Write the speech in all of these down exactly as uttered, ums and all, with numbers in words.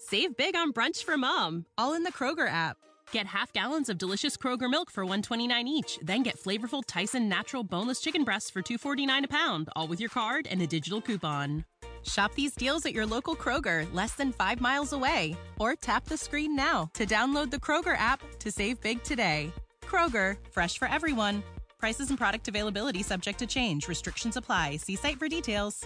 Save big on brunch for mom, all in the Kroger app. Get half gallons of delicious Kroger milk for one dollar and twenty-nine cents each. Then get flavorful Tyson natural boneless chicken breasts for two dollars and forty-nine cents a pound, all with your card and a digital coupon. Shop these deals at your local Kroger, less than five miles away. Or tap the screen now to download the Kroger app to save big today. Kroger, fresh for everyone. Prices and product availability subject to change. Restrictions apply. See site for details.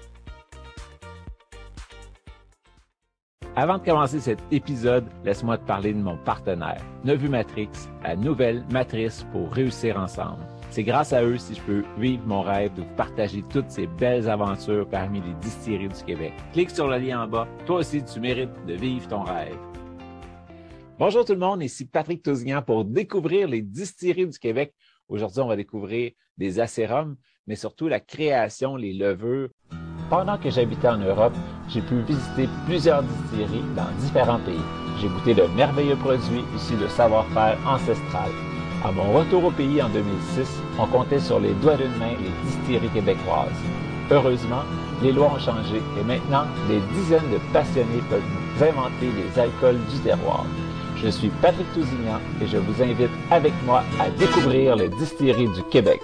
Avant de commencer cet épisode, laisse-moi te parler de mon partenaire, Nevu Matrix, la nouvelle matrice pour réussir ensemble. C'est grâce à eux si je peux vivre mon rêve de vous partager toutes ces belles aventures parmi les distilleries du Québec. Clique sur le lien en bas. Toi aussi, tu mérites de vivre ton rêve. Bonjour tout le monde, ici Patrick Tousignan pour découvrir les distilleries du Québec. Aujourd'hui, on va découvrir des acérums, mais surtout la création, les levures. Pendant que j'habitais en Europe, j'ai pu visiter plusieurs distilleries dans différents pays. J'ai goûté de merveilleux produits issus de savoir-faire ancestral. À mon retour au pays en deux mille six, on comptait sur les doigts d'une main les distilleries québécoises. Heureusement, les lois ont changé et maintenant, des dizaines de passionnés peuvent nous inventer les alcools du terroir. Je suis Patrick Tousignan et je vous invite avec moi à découvrir les distilleries du Québec.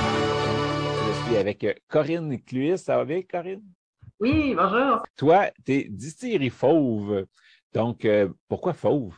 Je suis avec Corinne Cluis. Ça va bien, Corinne? Oui, bonjour. Toi, tu es distillerie Fauve. Donc, euh, pourquoi Fauve?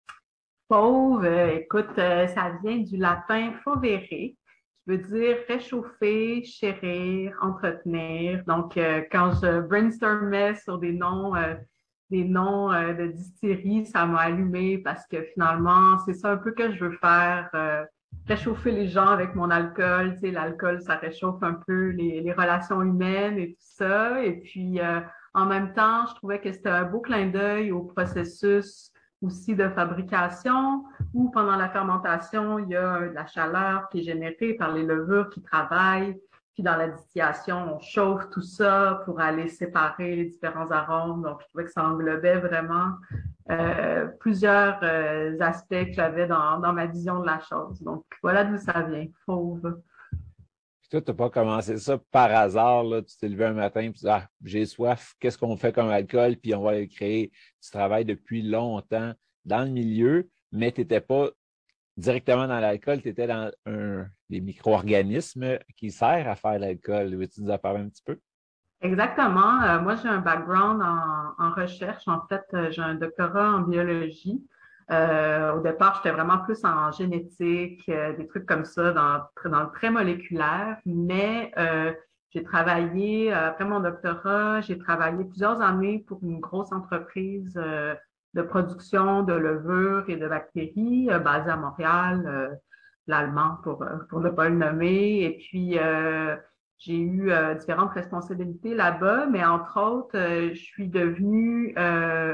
Fauve, euh, écoute, euh, ça vient du latin fauvere, qui veut dire réchauffer, chérir, entretenir. Donc, euh, quand je brainstormais sur des noms, euh, des noms euh, de distilleries, ça m'a allumé parce que finalement, c'est ça un peu que je veux faire. Euh, réchauffer les gens avec mon alcool. Tu sais, l'alcool, ça réchauffe un peu les, les relations humaines et tout ça. Et puis, euh, en même temps, je trouvais que c'était un beau clin d'œil au processus aussi de fabrication où pendant la fermentation, il y a de la chaleur qui est générée par les levures qui travaillent. Puis dans la distillation, on chauffe tout ça pour aller séparer les différents arômes. Donc, je trouvais que ça englobait vraiment euh, plusieurs euh, aspects que j'avais dans, dans ma vision de la chose. Donc, voilà d'où ça vient, Fauve. Puis toi, tu n'as pas commencé ça par hasard, là. Tu t'es levé un matin et tu dis, ah, j'ai soif, qu'est-ce qu'on fait comme alcool? Puis on va le créer. Tu travailles depuis longtemps dans le milieu, mais tu n'étais pas directement dans l'alcool, tu étais dans un, des micro-organismes qui servent à faire l'alcool. Veux-tu nous en parler un petit peu? Exactement. Euh, moi, j'ai un background en, en recherche. En fait, euh, j'ai un doctorat en biologie. Euh, au départ, j'étais vraiment plus en génétique, euh, des trucs comme ça, dans, dans le très moléculaire. Mais euh, j'ai travaillé, euh, après mon doctorat, j'ai travaillé plusieurs années pour une grosse entreprise euh, de production de levures et de bactéries euh, basée à Montréal, euh, l'allemand pour, pour ne pas le nommer. Et puis, euh, j'ai eu euh, différentes responsabilités là-bas, mais entre autres, euh, je suis devenue, euh,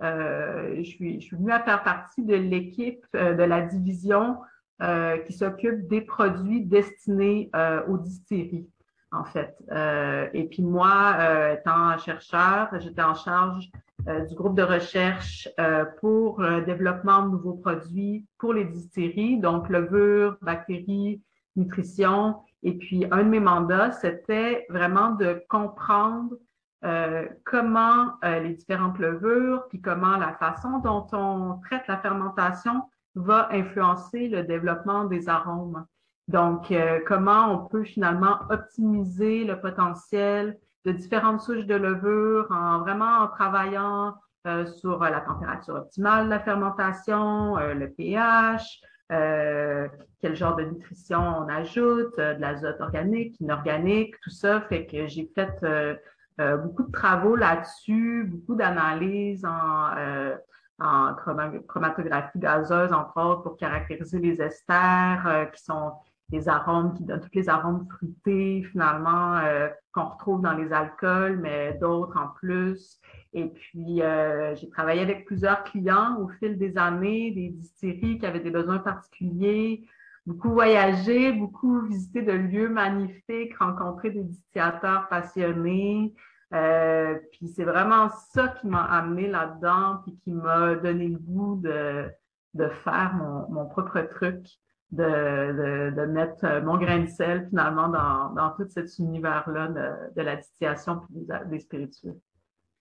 euh, je suis, je suis venue à faire partie de l'équipe euh, de la division euh, qui s'occupe des produits destinés euh, aux distilleries, en fait. Euh, et puis moi, euh, étant chercheur, j'étais en charge euh, du groupe de recherche euh, pour le développement de nouveaux produits pour les distilleries, donc levures, bactéries, nutrition. Et puis, un de mes mandats, c'était vraiment de comprendre euh, comment euh, les différentes levures, puis comment la façon dont on traite la fermentation va influencer le développement des arômes. Donc, euh, comment on peut finalement optimiser le potentiel de différentes souches de levure en vraiment en travaillant euh, sur la température optimale de la fermentation, euh, le pH, euh, quel genre de nutrition on ajoute, euh, de l'azote organique, inorganique, tout ça fait que j'ai fait euh, euh, beaucoup de travaux là-dessus, beaucoup d'analyses en, euh, en chromatographie gazeuse, entre autres, pour caractériser les esters euh, qui sont les arômes qui donnent tous les arômes fruités finalement euh, qu'on retrouve dans les alcools, mais d'autres en plus. Et puis, euh, j'ai travaillé avec plusieurs clients au fil des années, des distilleries qui avaient des besoins particuliers, beaucoup voyagé, beaucoup visité de lieux magnifiques, rencontré des distillateurs passionnés. Euh, puis c'est vraiment ça qui m'a amené là-dedans, puis qui m'a donné le goût de, de faire mon, mon propre truc. De, de, de mettre mon grain de sel finalement dans, dans tout cet univers-là de, de la distillation et des, des spiritueux.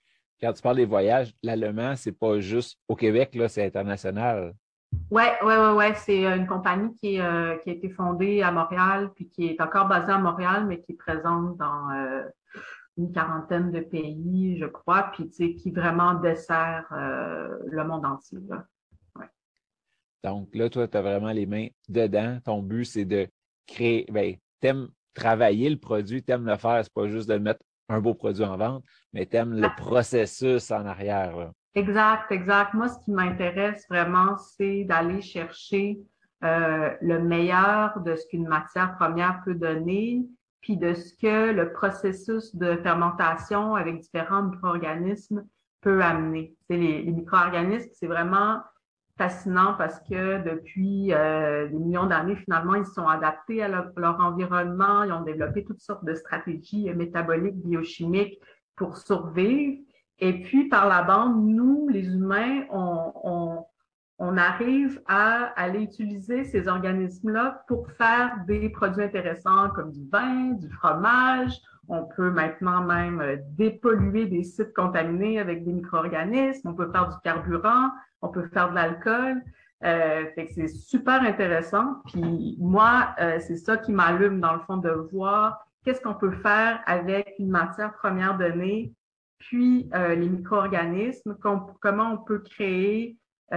Quand tu parles des voyages, l'allemand, c'est pas juste au Québec, là, c'est international. Ouais, ouais, ouais, ouais. C'est une compagnie qui, est, euh, qui a été fondée à Montréal, puis qui est encore basée à Montréal, mais qui est présente dans euh, une quarantaine de pays, je crois, puis tu sais, qui vraiment dessert euh, le monde entier, là. Ouais. Donc là, toi, tu as vraiment les mains dedans. Ton but, c'est de créer, ben, t'aimes travailler le produit, t'aimes le faire. C'est pas juste de mettre un beau produit en vente, mais t'aimes le processus en arrière, là. Exact, exact. Moi, ce qui m'intéresse vraiment, c'est d'aller chercher euh, le meilleur de ce qu'une matière première peut donner, puis de ce que le processus de fermentation avec différents micro-organismes peut amener. C'est les, les micro-organismes, c'est vraiment fascinant parce que depuis euh, des millions d'années, finalement, ils se sont adaptés à leur, leur environnement, ils ont développé toutes sortes de stratégies métaboliques, biochimiques pour survivre. Et puis, par la bande, nous, les humains, on, on, on arrive à aller utiliser ces organismes-là pour faire des produits intéressants comme du vin, du fromage. On peut maintenant même dépolluer des sites contaminés avec des micro-organismes. On peut faire du carburant. On peut faire de l'alcool. Euh, fait que c'est super intéressant. Puis moi, euh, c'est ça qui m'allume dans le fond de voir qu'est-ce qu'on peut faire avec une matière première donnée, puis euh, les micro-organismes, comment on peut créer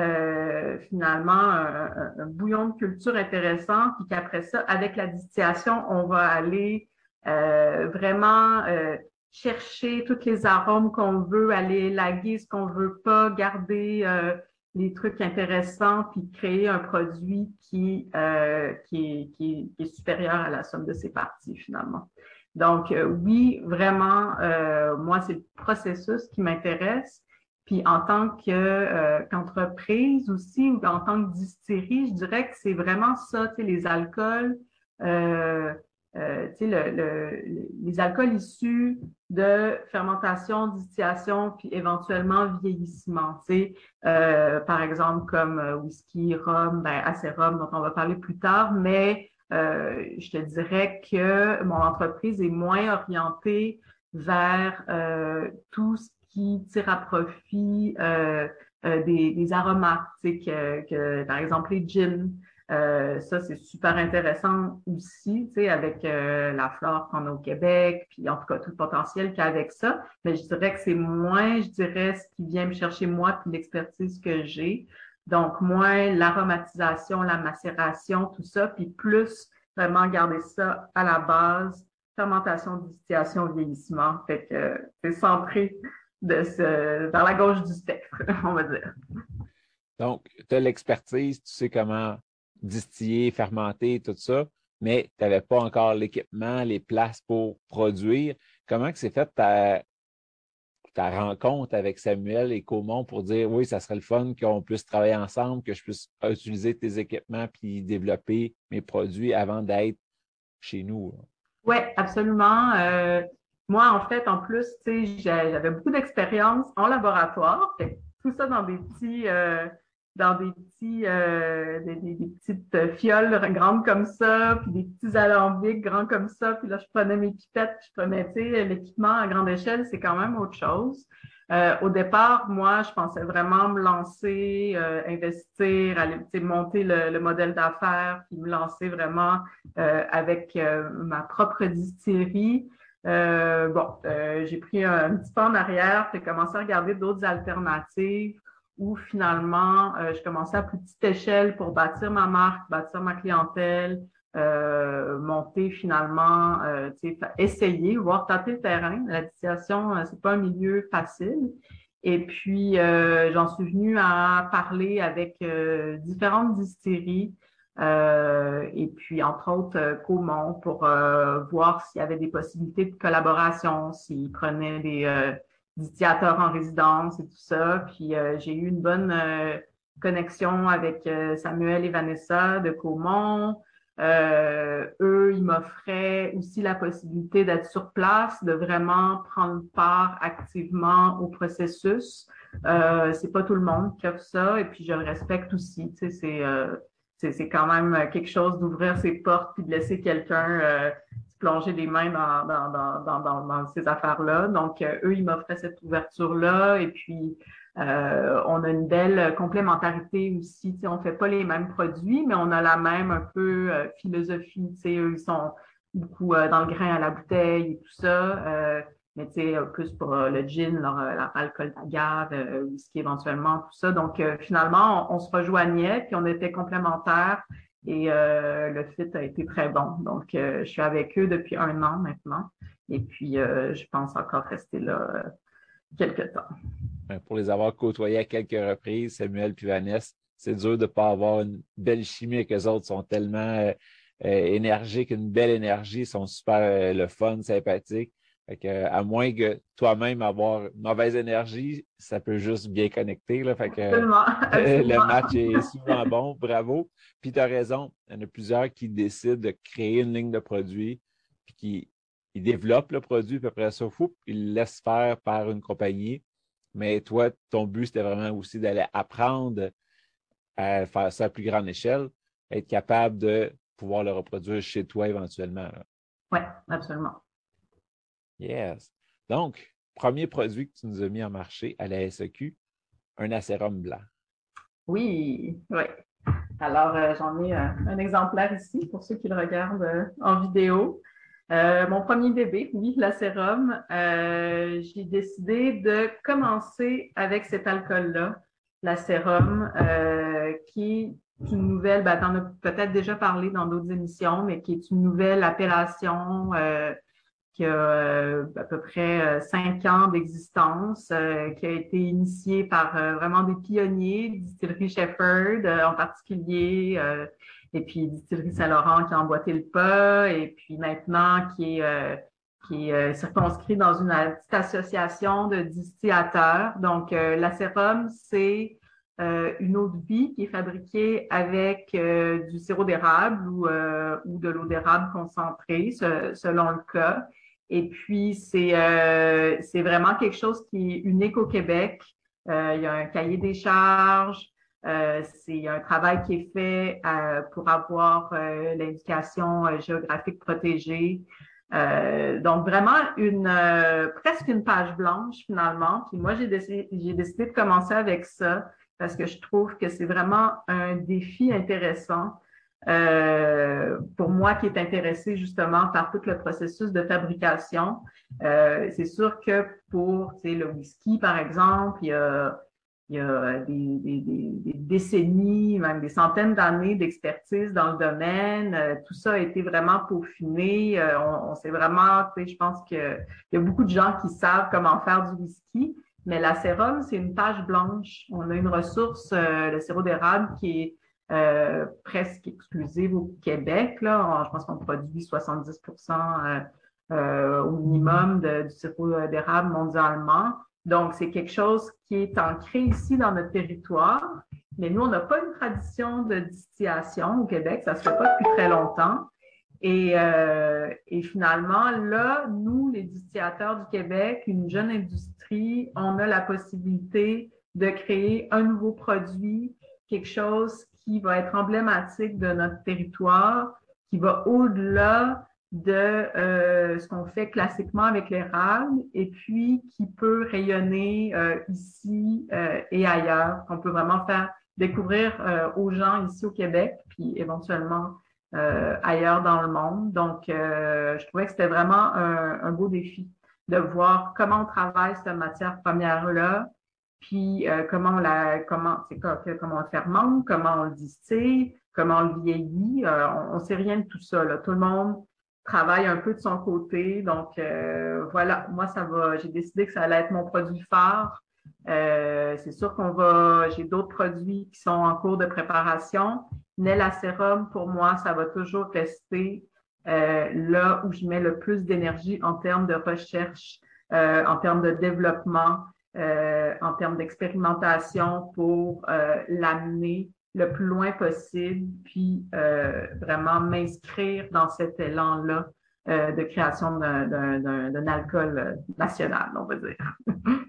euh, finalement un, un, un bouillon de culture intéressant, puis qu'après ça, avec la distillation, on va aller euh, vraiment euh, chercher tous les arômes qu'on veut, aller élaguer ce qu'on veut pas, garder euh, les trucs intéressants, puis créer un produit qui, euh, qui, est, qui, est, qui est supérieur à la somme de ses parties finalement. Donc, euh, oui, vraiment, euh, moi, c'est le processus qui m'intéresse. Puis en tant que euh, qu'entreprise aussi, ou en tant que distillerie, je dirais que c'est vraiment ça, tu sais, les alcools, euh, euh, tu sais, le, le, les alcools issus de fermentation, distillation, puis éventuellement vieillissement, tu sais, euh, par exemple comme whisky, rhum, ben, acérum, dont on va parler plus tard, mais Euh, je te dirais que mon entreprise est moins orientée vers euh, tout ce qui tire à profit euh, euh, des, des aromates, tu sais, que, que, par exemple les gins. Euh, ça, c'est super intéressant aussi, tu sais, avec euh, la flore qu'on a au Québec, puis en tout cas tout le potentiel qu'il y a avec ça. Mais je dirais que c'est moins, je dirais, ce qui vient me chercher moi, puis l'expertise que j'ai. Donc, moins l'aromatisation, la macération, tout ça, puis plus vraiment garder ça à la base, fermentation, distillation, vieillissement. Fait que c'est centré de ce, vers la gauche du spectre, on va dire. Donc, tu as l'expertise, tu sais comment distiller, fermenter, tout ça, mais tu n'avais pas encore l'équipement, les places pour produire. Comment que c'est fait ta, ta rencontre avec Samuel et Caumont pour dire oui, ça serait le fun qu'on puisse travailler ensemble, que je puisse utiliser tes équipements puis développer mes produits avant d'être chez nous? Oui, absolument. Euh, moi, en fait, en plus, tu sais, j'avais beaucoup d'expérience en laboratoire. Fait tout ça dans des petits, euh, dans des petits, euh, des, des, des petites fioles grandes comme ça, puis des petits alambics grands comme ça. Puis là, je prenais mes pipettes, puis je prenais, tu sais, l'équipement à grande échelle, c'est quand même autre chose. Euh, au départ, moi, je pensais vraiment me lancer, euh, investir, aller, tu sais, monter le, le modèle d'affaires, puis me lancer vraiment euh, avec euh, ma propre distillerie. Euh, bon, euh, j'ai pris un, un petit pas en arrière, puis commencé à regarder d'autres alternatives où finalement, euh, je commençais à plus petite échelle pour bâtir ma marque, bâtir ma clientèle, euh, monter finalement, euh, essayer, voir tâter le terrain. La distillation, euh, c'est pas un milieu facile. Et puis, euh, j'en suis venue à parler avec euh, différentes distilleries, euh, et puis entre autres euh, Caumont pour euh, voir s'il y avait des possibilités de collaboration, s'ils prenaient des euh, distillateurs en résidence et tout ça. Puis, euh, j'ai eu une bonne euh, connexion avec euh, Samuel et Vanessa de Caumont. Euh, eux, ils m'offraient aussi la possibilité d'être sur place, de vraiment prendre part activement au processus. Euh, c'est pas tout le monde qui offre ça, et puis je le respecte aussi. Tu sais, c'est euh, c'est, c'est quand même quelque chose d'ouvrir ses portes puis de laisser quelqu'un euh, plonger les mains dans, dans, dans, dans, dans, dans ces affaires-là. Donc, euh, eux, ils m'offraient cette ouverture-là. Et puis, euh, on a une belle complémentarité aussi. Tu sais, on fait pas les mêmes produits, mais on a la même un peu euh, philosophie. Tu sais, eux, ils sont beaucoup euh, dans le grain à la bouteille et tout ça. Euh, mais tu sais, plus pour euh, le gin, leur, leur alcool d'agave, euh, whisky éventuellement, tout ça. Donc, euh, finalement, on, on se rejoignait, puis on était complémentaires. Et euh, le fit a été très bon. Donc, euh, je suis avec eux depuis un an maintenant. Et puis, euh, je pense encore rester là euh, quelques temps. Pour les avoir côtoyés à quelques reprises, Samuel puis Vanessa, c'est dur de ne pas avoir une belle chimie avec eux autres. Ils sont tellement euh, euh, énergiques, une belle énergie, ils sont super euh, le fun, sympathiques. Fait que, à moins que toi-même avoir une mauvaise énergie, ça peut juste bien connecter. Là. Fait que, absolument, absolument. Le match est souvent bon, bravo. Puis tu as raison, il y en a plusieurs qui décident de créer une ligne de produits, puis qui ils développent le produit, puis après ça, fou, ils le laissent faire par une compagnie. Mais toi, ton but, c'était vraiment aussi d'aller apprendre à faire ça à plus grande échelle, être capable de pouvoir le reproduire chez toi éventuellement. Oui, absolument. Yes. Donc, premier produit que tu nous as mis en marché à la S E Q, un acérum blanc. Oui, oui. Alors, euh, j'en ai un, un exemplaire ici pour ceux qui le regardent euh, en vidéo. Euh, mon premier bébé, oui, l'acérum. Euh, j'ai décidé de commencer avec cet alcool-là, l'acérum, euh, qui est une nouvelle, ben, t'en as peut-être déjà parlé dans d'autres émissions, mais qui est une nouvelle appellation euh, qui a euh, à peu près euh, cinq ans d'existence, euh, qui a été initiée par euh, vraiment des pionniers, Distillerie Shepherd euh, en particulier, euh, et puis Distillerie Saint-Laurent qui a emboîté le pas, et puis maintenant qui est, euh, qui est euh, circonscrit dans une petite association de distillateurs. Donc, euh, l'acérum, c'est euh, une eau de vie qui est fabriquée avec euh, du sirop d'érable ou, euh, ou de l'eau d'érable concentrée, ce, selon le cas. Et puis, c'est euh, c'est vraiment quelque chose qui est unique au Québec. Euh, il y a un cahier des charges. Euh, c'est un travail qui est fait euh, pour avoir euh, l'indication euh, géographique protégée. Euh, donc, vraiment, une euh, presque une page blanche, finalement. Puis moi, j'ai décidé, j'ai décidé de commencer avec ça parce que je trouve que c'est vraiment un défi intéressant. Euh, pour moi qui est intéressée justement par tout le processus de fabrication, euh, c'est sûr que pour le whisky, par exemple, il y a, il y a des, des, des, des décennies, même des centaines d'années d'expertise dans le domaine. Euh, tout ça a été vraiment peaufiné. Euh, on, on sait vraiment, je pense qu'il y a beaucoup de gens qui savent comment faire du whisky, mais l'acérum, c'est une page blanche. On a une ressource, euh, le sirop d'érable, qui est Euh, presque exclusive au Québec. Là. Je pense qu'on produit soixante-dix pour cent euh, euh, au minimum de, du sirop d'érable mondialement. Donc, c'est quelque chose qui est ancré ici dans notre territoire. Mais nous, on n'a pas une tradition de distillation au Québec. Ça ne se fait pas depuis très longtemps. Et, euh, et finalement, là, nous, les distillateurs du Québec, une jeune industrie, on a la possibilité de créer un nouveau produit, quelque chose qui va être emblématique de notre territoire, qui va au-delà de euh, ce qu'on fait classiquement avec l'érable et puis qui peut rayonner euh, ici euh, et ailleurs, qu'on peut vraiment faire découvrir euh, aux gens ici au Québec, puis éventuellement euh, ailleurs dans le monde. Donc, euh, je trouvais que c'était vraiment un, un beau défi de voir comment on travaille cette matière première-là, puis euh, comment on la, comment, c'est comment on le fermente, comment on le distille, comment on le vieillit. Euh, on ne sait rien de tout ça. Là. Tout le monde travaille un peu de son côté. Donc euh, voilà, moi ça va. J'ai décidé que ça allait être mon produit phare. Euh, c'est sûr qu'on va. J'ai d'autres produits qui sont en cours de préparation. Mais l'acérum, pour moi, ça va toujours rester euh, là où je mets le plus d'énergie en termes de recherche, euh, en termes de développement. Euh, en termes d'expérimentation pour euh, l'amener le plus loin possible, puis euh, vraiment m'inscrire dans cet élan-là euh, de création d'un, d'un, d'un, d'un alcool national, on va dire.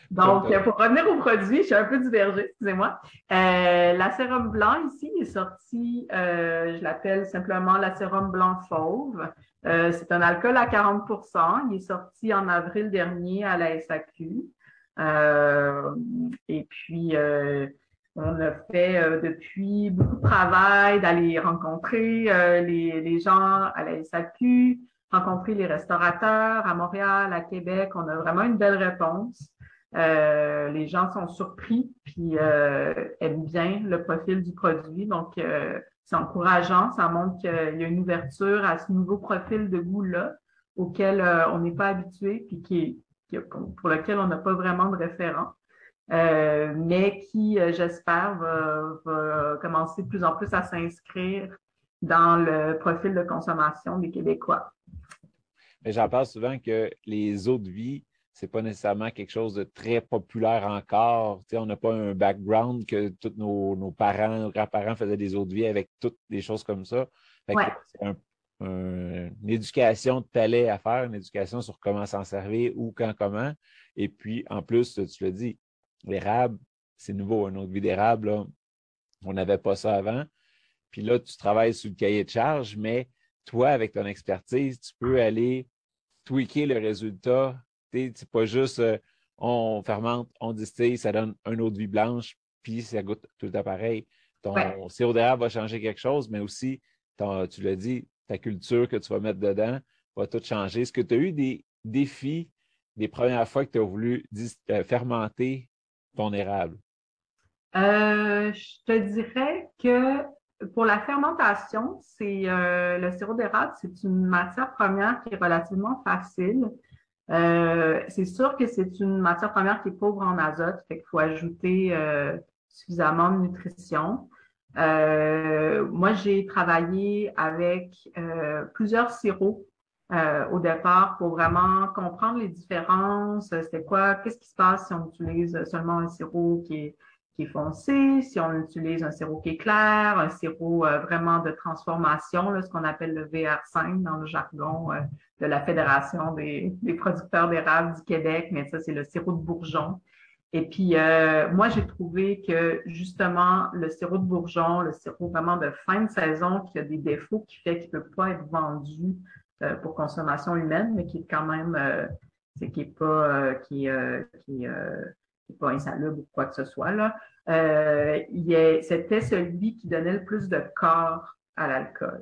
Donc, euh, pour revenir au produit, je suis un peu divergée, excusez-moi. Euh, l'acérum blanc ici est sorti, euh, je l'appelle simplement l'acérum blanc fauve. Euh, c'est un alcool à quarante pour cent. Il est sorti en avril dernier à la S A Q. Euh, et puis, euh, on a fait euh, depuis beaucoup de travail d'aller rencontrer euh, les, les gens à la S A Q, rencontrer les restaurateurs à Montréal, à Québec. On a vraiment une belle réponse. Euh, les gens sont surpris puis euh, aiment bien le profil du produit. Donc, euh, c'est encourageant. Ça montre qu'il y a une ouverture à ce nouveau profil de goût-là auquel euh, on n'est pas habitué puis qui, qui, pour lequel on n'a pas vraiment de référent. Euh, mais qui, euh, j'espère, va, va commencer de plus en plus à s'inscrire dans le profil de consommation des Québécois. Mais j'en parle souvent que les eaux de vie, c'est pas nécessairement quelque chose de très populaire encore. Tu sais, on n'a pas un background que tous nos, nos parents, nos grands-parents faisaient des eaux de vie avec toutes des choses comme ça. Fait Ouais. que c'est un, un, une éducation de palais à faire, une éducation sur comment s'en servir, où, quand, comment. Et puis, en plus, tu l'as dit, l'érable, c'est nouveau, une eau de vie d'érable, là, on n'avait pas ça avant. Puis là, tu travailles sur le cahier de charge, mais toi, avec ton expertise, tu peux aller tweaker le résultat. C'est pas juste euh, on fermente, on distille, ça donne un eau de vie blanche, puis ça goûte tout le temps pareil. Ton Ouais. sirop d'érable va changer quelque chose, mais aussi, ton, tu l'as dit, ta culture que tu vas mettre dedans va tout changer. Est-ce que tu as eu des défis des premières fois que tu as voulu euh, fermenter ton érable? Euh, je te dirais que pour la fermentation, c'est euh, le sirop d'érable, c'est une matière première qui est relativement facile. Euh, c'est sûr que c'est une matière première qui est pauvre en azote, fait qu'il faut ajouter euh, suffisamment de nutrition. Euh, moi, j'ai travaillé avec euh, plusieurs sirops euh, au départ pour vraiment comprendre les différences. C'était quoi, qu'est-ce qui se passe si on utilise seulement un sirop qui est, qui est foncé, si on utilise un sirop qui est clair, un sirop euh, vraiment de transformation, là, ce qu'on appelle le V R cinq dans le jargon euh, de la Fédération des, des producteurs d'érable du Québec, mais ça, c'est le sirop de bourgeon. Et puis, euh, moi, j'ai trouvé que justement, le sirop de bourgeon, le sirop vraiment de fin de saison, qui a des défauts qui fait qu'il ne peut pas être vendu euh, pour consommation humaine, mais qui est quand même, euh, c'est qui est pas, euh, qui, euh, qui, euh, qui est pas insalubre ou quoi que ce soit là. Euh, il est, c'était celui qui donnait le plus de corps à l'alcool.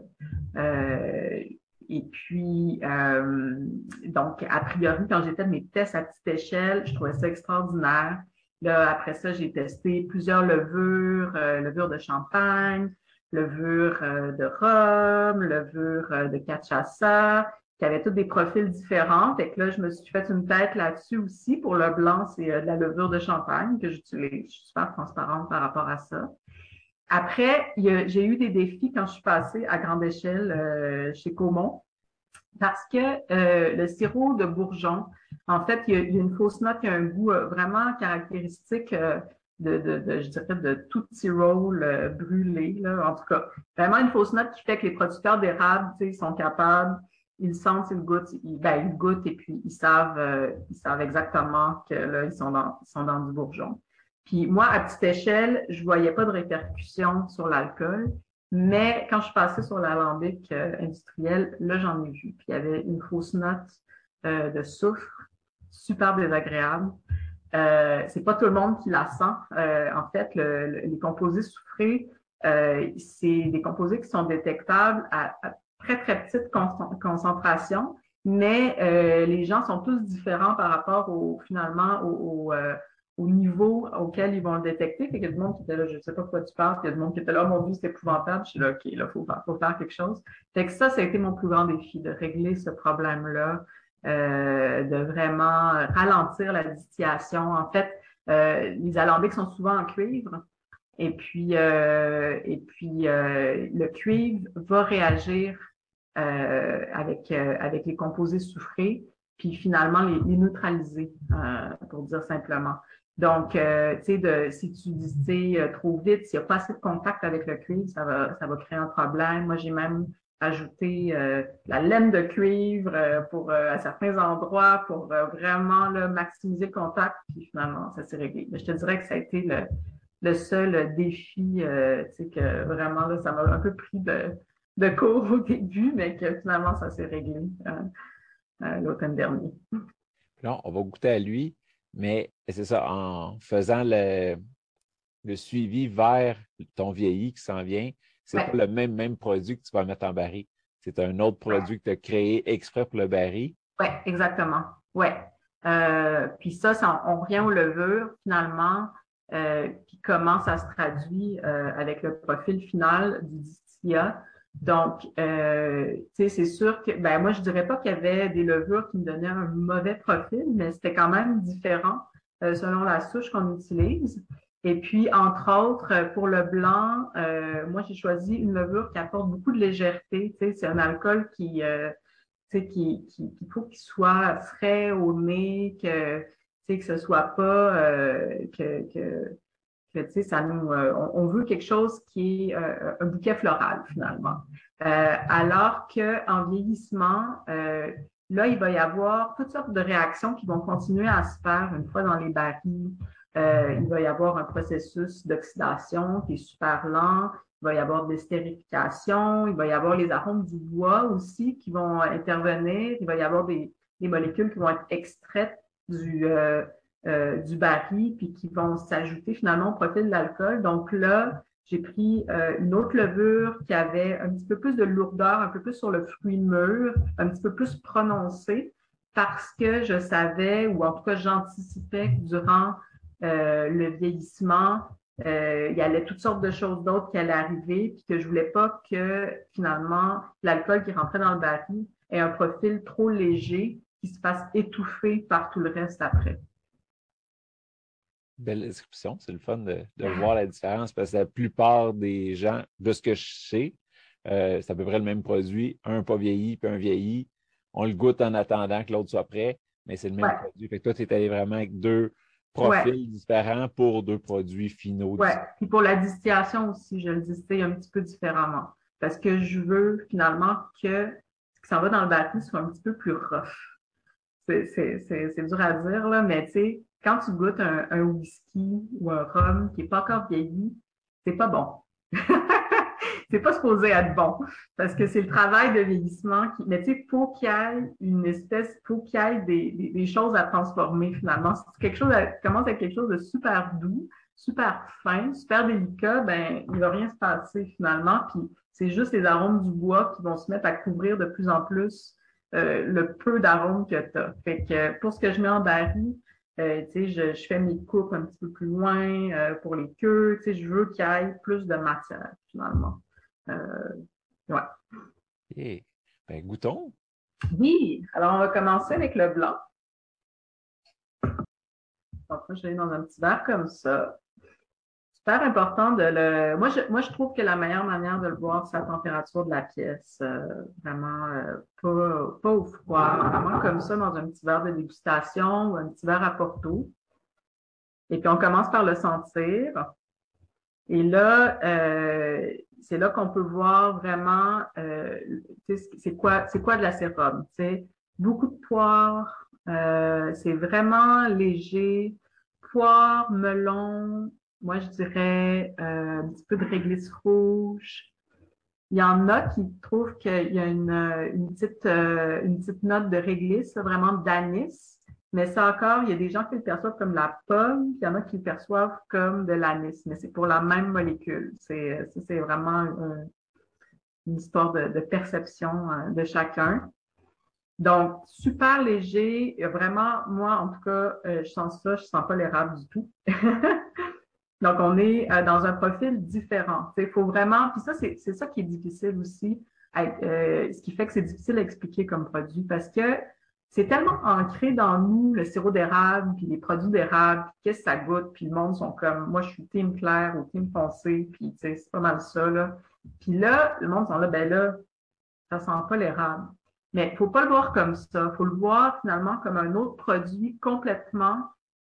Euh, et puis, euh, donc, a priori, quand j'ai fait mes tests à petite échelle, je trouvais ça extraordinaire. Là, après ça, j'ai testé plusieurs levures, euh, levure de champagne, levure euh, de rhum, levure euh, de cachaça, qui avaient tous des profils différents. Fait que là, je me suis fait une tête là-dessus aussi. Pour le blanc, c'est euh, de la levure de champagne que j'utilise. Je suis super transparente par rapport à ça. Après, il y a, j'ai eu des défis quand je suis passée à grande échelle euh, chez Caumont parce que euh, le sirop de bourgeon, en fait, il y a, il y a une fausse note qui a un goût euh, vraiment caractéristique euh, de, de, de, je dirais, de tout Tyrol euh, brûlé, là, en tout cas. Vraiment une fausse note qui fait que les producteurs d'érable, tu sais, sont capables, ils sentent, ils goûtent, ils, ben, ils goûtent et puis ils savent, euh, ils savent exactement que là, ils sont dans, ils sont dans du bourgeon. Puis moi, à petite échelle, je voyais pas de répercussions sur l'alcool, mais quand je suis passée sur l'alambic euh, industriel, là, j'en ai vu. Puis il y avait une fausse note euh, de soufre, super désagréable. Euh, c'est pas tout le monde qui la sent. Euh, en fait, le, le, les composés soufrés, euh, c'est des composés qui sont détectables à, à très, très petite con- concentration, mais euh, les gens sont tous différents par rapport au, finalement, au, au, euh, au niveau auquel ils vont le détecter. Fait qu'il y a du monde qui était là, je sais pas pourquoi tu parles, puis il y a du monde qui était là, oh, mon Dieu, c'est épouvantable. Je suis là, OK, là, faut, faut faire quelque chose. Fait que ça, ça a été mon plus grand défi, de régler ce problème-là. Euh, de vraiment ralentir la distillation. En fait, euh, les alambics sont souvent en cuivre et puis, euh, et puis euh, le cuivre va réagir euh, avec, euh, avec les composés soufrés, puis finalement les, les neutraliser, euh, pour dire simplement. Donc, euh, tu sais, de, si tu distilles trop vite, s'il n'y a pas assez de contact avec le cuivre, ça va, ça va créer un problème. Moi, j'ai même ajouter euh, la laine de cuivre euh, pour, euh, à certains endroits pour euh, vraiment là, maximiser le contact. Puis finalement, ça s'est réglé. Mais je te dirais que ça a été le, le seul défi, euh, tu sais, que vraiment, là, ça m'a un peu pris de, de cours au début, mais que finalement, ça s'est réglé euh, euh, l'automne dernier. Là, on va goûter à lui, mais c'est ça, en faisant le, le suivi vers ton vieilli qui s'en vient, c'est pas Ouais, le même, même produit que tu vas mettre en baril. C'est un autre ouais, produit que tu as créé exprès pour le baril. ouais, exactement. Ouais. Euh, puis ça, ça, on revient aux levures finalement, euh, puis comment ça se traduit euh, avec le profil final du distillat. Donc, euh, tu sais, c'est sûr que, ben moi, je dirais pas qu'il y avait des levures qui me donnaient un mauvais profil, mais c'était quand même différent euh, selon la souche qu'on utilise. Et puis, entre autres, euh, pour le blanc, euh, moi, j'ai choisi une levure qui apporte beaucoup de légèreté. Tu sais, c'est un alcool qui, euh, tu sais, qui, qui, qu'il faut qu'il soit frais au nez, que, tu sais, que ce soit pas, euh, que, que, que, tu sais, ça nous, euh, on, on veut quelque chose qui est euh, un bouquet floral finalement. Euh, alors que en vieillissement, euh, là, il va y avoir toutes sortes de réactions qui vont continuer à se faire une fois dans les barils. Euh, il va y avoir un processus d'oxydation qui est super lent. Il va y avoir de l'estérification. Il va y avoir les arômes du bois aussi qui vont intervenir. Il va y avoir des, des molécules qui vont être extraites du, euh, euh, du baril puis qui vont s'ajouter finalement au profil de l'alcool. Donc là, j'ai pris euh, une autre levure qui avait un petit peu plus de lourdeur, un peu plus sur le fruit mûr, un petit peu plus prononcé, parce que je savais, ou en tout cas j'anticipais que durant euh, le vieillissement, euh, il y allait toutes sortes de choses d'autres qui allaient arriver, puis que je voulais pas que finalement l'alcool qui rentrait dans le baril ait un profil trop léger qui se fasse étouffer par tout le reste après. Belle description, c'est le fun de, de voir la différence parce que la plupart des gens, de ce que je sais, euh, c'est à peu près le même produit, un pas vieilli puis un vieilli. On le goûte en attendant que l'autre soit prêt, mais c'est le même Ouais, produit. Fait que toi, tu es allé vraiment avec deux ouais. profils différents pour deux produits finaux Ouais, différents. puis pour la distillation aussi, je le distille un petit peu différemment. Parce que je veux finalement que ce qui s'en va dans le baril soit un petit peu plus rough. C'est, c'est, c'est, c'est dur à dire, là, mais tu sais, quand tu goûtes un, un whisky ou un rhum qui est pas encore vieilli, c'est pas bon. C'est pas supposé être bon parce que c'est le travail de vieillissement qui, mais tu sais, faut qu'il y ait une espèce, faut qu'il y ait des, des, des choses à transformer finalement. Si quelque chose à, commence avec quelque chose de super doux, super fin, super délicat, ben, il va rien se passer finalement. Puis c'est juste les arômes du bois qui vont se mettre à couvrir de plus en plus euh, le peu d'arômes que tu as. Fait que pour ce que je mets en baril, euh, tu sais, je, je fais mes coupes un petit peu plus loin euh, pour les queues. Tu sais, je veux qu'il y ait plus de matière finalement. Euh, ouais. OK. Ben, goûtons. Oui, alors on va commencer avec le blanc. Donc, moi, je l'ai dans un petit verre comme ça. Super important de le. Moi je, moi, je trouve que la meilleure manière de le boire, c'est la température de la pièce. Euh, vraiment, euh, pas, pas au froid. Vraiment comme ça, dans un petit verre de dégustation ou un petit verre à Porto. Et puis, on commence par le sentir. Et là, euh, c'est là qu'on peut voir vraiment euh, c'est quoi, c'est quoi de la sérum. C'est beaucoup de poire, euh, c'est vraiment léger. Poire, melon, moi je dirais euh, un petit peu de réglisse rouge. Il y en a qui trouvent qu'il y a une, une, petite, euh, une petite note de réglisse, vraiment d'anis. Mais ça encore, il y a des gens qui le perçoivent comme la pomme, puis il y en a qui le perçoivent comme de l'anis, mais c'est pour la même molécule. C'est, c'est vraiment une, une histoire de, de perception euh, de chacun. Donc, super léger. Vraiment, moi, en tout cas, euh, je sens ça, je sens pas l'érable du tout. Donc, on est euh, dans un profil différent. Il faut vraiment, puis ça, c'est, c'est ça qui est difficile aussi, euh, ce qui fait que c'est difficile à expliquer comme produit parce que c'est tellement ancré dans nous, le sirop d'érable, puis les produits d'érable, puis qu'est-ce que ça goûte, puis le monde sont comme, moi, je suis team clair ou team foncé, puis tu sais, c'est pas mal ça, là. Puis là, le monde sont là, ben là, ça sent pas l'érable. Mais il faut pas le voir comme ça. Il faut le voir finalement comme un autre produit complètement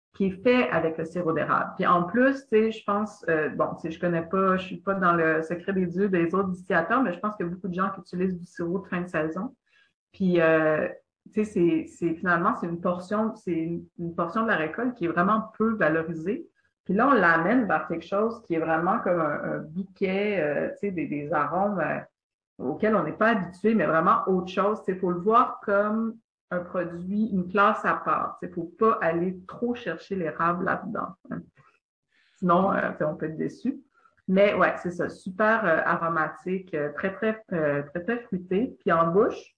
qui est fait avec le sirop d'érable. Puis en plus, tu sais, je pense, euh, bon, tu sais, je connais pas, je suis pas dans le secret des dieux des autres distillateurs, mais je pense qu'il y a beaucoup de gens qui utilisent du sirop de fin de saison. Puis, euh, tu sais, c'est, c'est finalement, c'est une portion, c'est une, une portion de la récolte qui est vraiment peu valorisée. Puis là, on l'amène vers quelque chose qui est vraiment comme un, un bouquet, euh, tu sais, des, des arômes euh, auxquels on n'est pas habitué, mais vraiment autre chose. Il faut le voir comme un produit, une classe à part. Il ne faut pas aller trop chercher l'érable là-dedans. Hein. Sinon, euh, on peut être déçu. Mais ouais, c'est ça, super euh, aromatique, euh, très, très, euh, très, très fruité. Puis en bouche,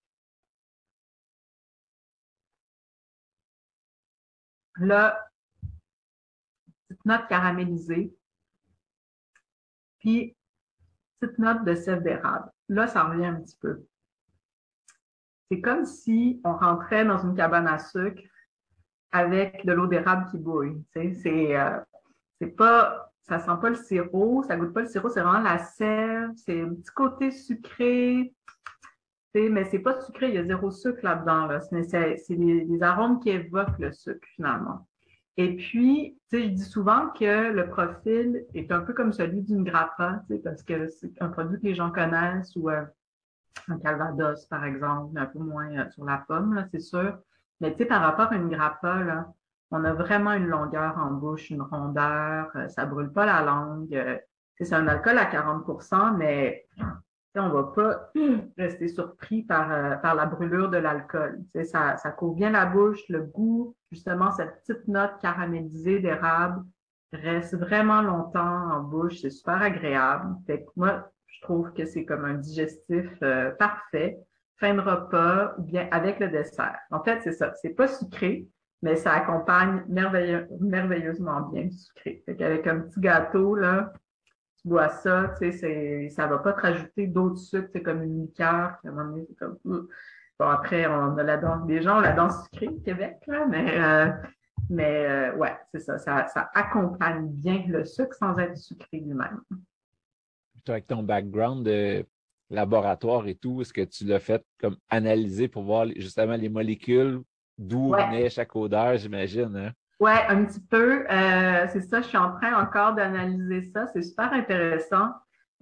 là, petite note caramélisée, puis petite note de sève d'érable. Là, ça revient un petit peu. C'est comme si on rentrait dans une cabane à sucre avec de l'eau d'érable qui bouille. Tu sais, c'est, euh, c'est pas, ça sent pas le sirop, ça goûte pas le sirop, c'est vraiment la sève, c'est un petit côté sucré, tu sais, mais c'est pas sucré, il y a zéro sucre là-dedans, là. C'est, c'est, c'est les, les arômes qui évoquent le sucre, finalement. Et puis, tu sais, je dis souvent que le profil est un peu comme celui d'une grappa, tu sais, parce que c'est un produit que les gens connaissent, ou euh, un calvados, par exemple, un peu moins euh, sur la pomme, là, c'est sûr. Mais tu sais, par rapport à une grappa, là, on a vraiment une longueur en bouche, une rondeur, euh, ça brûle pas la langue. Euh, c'est un alcool à quarante pour cent, mais on va pas rester surpris par, euh, par la brûlure de l'alcool. Ça, ça couvre bien la bouche, le goût, justement, cette petite note caramélisée d'érable reste vraiment longtemps en bouche. C'est super agréable. Fait que moi, je trouve que c'est comme un digestif euh, parfait, fin de repas ou bien avec le dessert. En fait, c'est ça. C'est pas sucré, mais ça accompagne merveilleux, merveilleusement bien le sucré. Fait qu'avec un petit gâteau, là, tu bois ça, tu sais, c'est, ça va pas te rajouter d'autres sucres, c'est comme une liqueur, puis à un moment donné, c'est comme, euh. Bon, après, on a la danse des gens, la danse sucrée au Québec, là, mais, euh, mais, euh, ouais, c'est ça, ça, ça accompagne bien le sucre sans être sucré lui-même. Toi, avec ton background de laboratoire et tout, est-ce que tu l'as fait comme analyser pour voir justement les molécules, d'où Ouais. venait chaque odeur, j'imagine, hein? Ouais, un petit peu. Euh, c'est ça, je suis en train encore d'analyser ça. C'est super intéressant.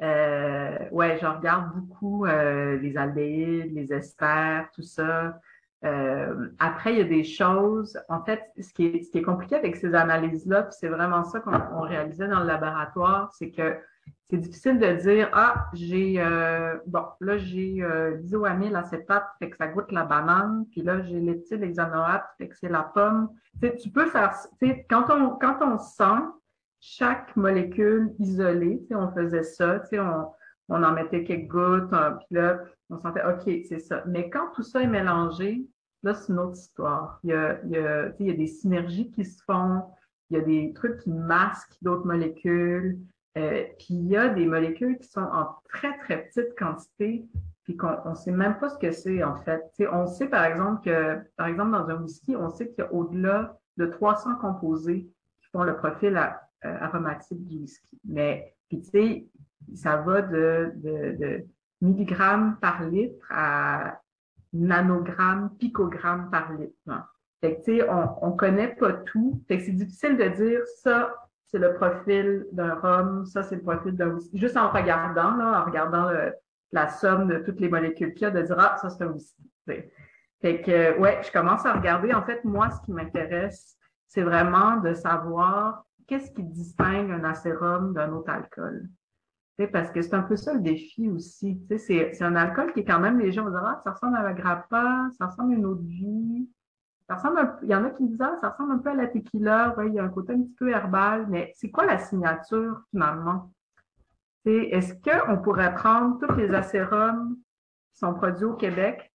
Euh, ouais, je regarde beaucoup euh, les aldéhydes, les esters, tout ça. Euh, après, il y a des choses. En fait, ce qui est, ce qui est compliqué avec ces analyses-là, puis c'est vraiment ça qu'on on réalisait dans le laboratoire, c'est que c'est difficile de dire, ah, j'ai, euh, bon, là, j'ai euh, l'isoamylacétate, fait que ça goûte la banane, puis là, j'ai l'éthylhexanoate, fait que c'est la pomme. Tu sais, tu peux faire, tu sais, quand on, quand on sent chaque molécule isolée, tu sais, on faisait ça, tu sais, on, on en mettait quelques gouttes, hein, puis là, on sentait, OK, c'est ça. Mais quand tout ça est mélangé, là, c'est une autre histoire. Il y a, il y a, tu sais, il y a des synergies qui se font, il y a des trucs qui masquent d'autres molécules, euh, puis il y a des molécules qui sont en très, très petite quantité, puis qu'on ne sait même pas ce que c'est, en fait. Tu sais, on sait, par exemple, que, par exemple, dans un whisky, on sait qu'il y a au-delà de trois cents composés qui font le profil à, euh, aromatique du whisky. Mais, puis tu sais, ça va de, de, de milligrammes par litre à nanogrammes, picogrammes par litre. Hein. Fait que, tu sais, on, on connaît pas tout. Fait que c'est difficile de dire ça, c'est le profil d'un rhum, ça, c'est le profil d'un whisky. Juste en regardant, là, en regardant le, la somme de toutes les molécules qu'il y a, de dire, ah, ça, c'est un whisky. T'sais. Fait que, ouais, je commence à regarder. En fait, moi, ce qui m'intéresse, c'est vraiment de savoir qu'est-ce qui distingue un acérum d'un autre alcool. T'sais, parce que c'est un peu ça le défi aussi. C'est, c'est un alcool qui est quand même, les gens vont dire, ah, ça ressemble à la grappa, ça ressemble à une eau de vie. Ça ressemble un, il y en a qui me disent, ah, ça ressemble un peu à la tequila, ouais, il y a un côté un petit peu herbal, mais c'est quoi la signature finalement? T'sais, est-ce qu'on pourrait prendre tous les acérums qui sont produits au Québec,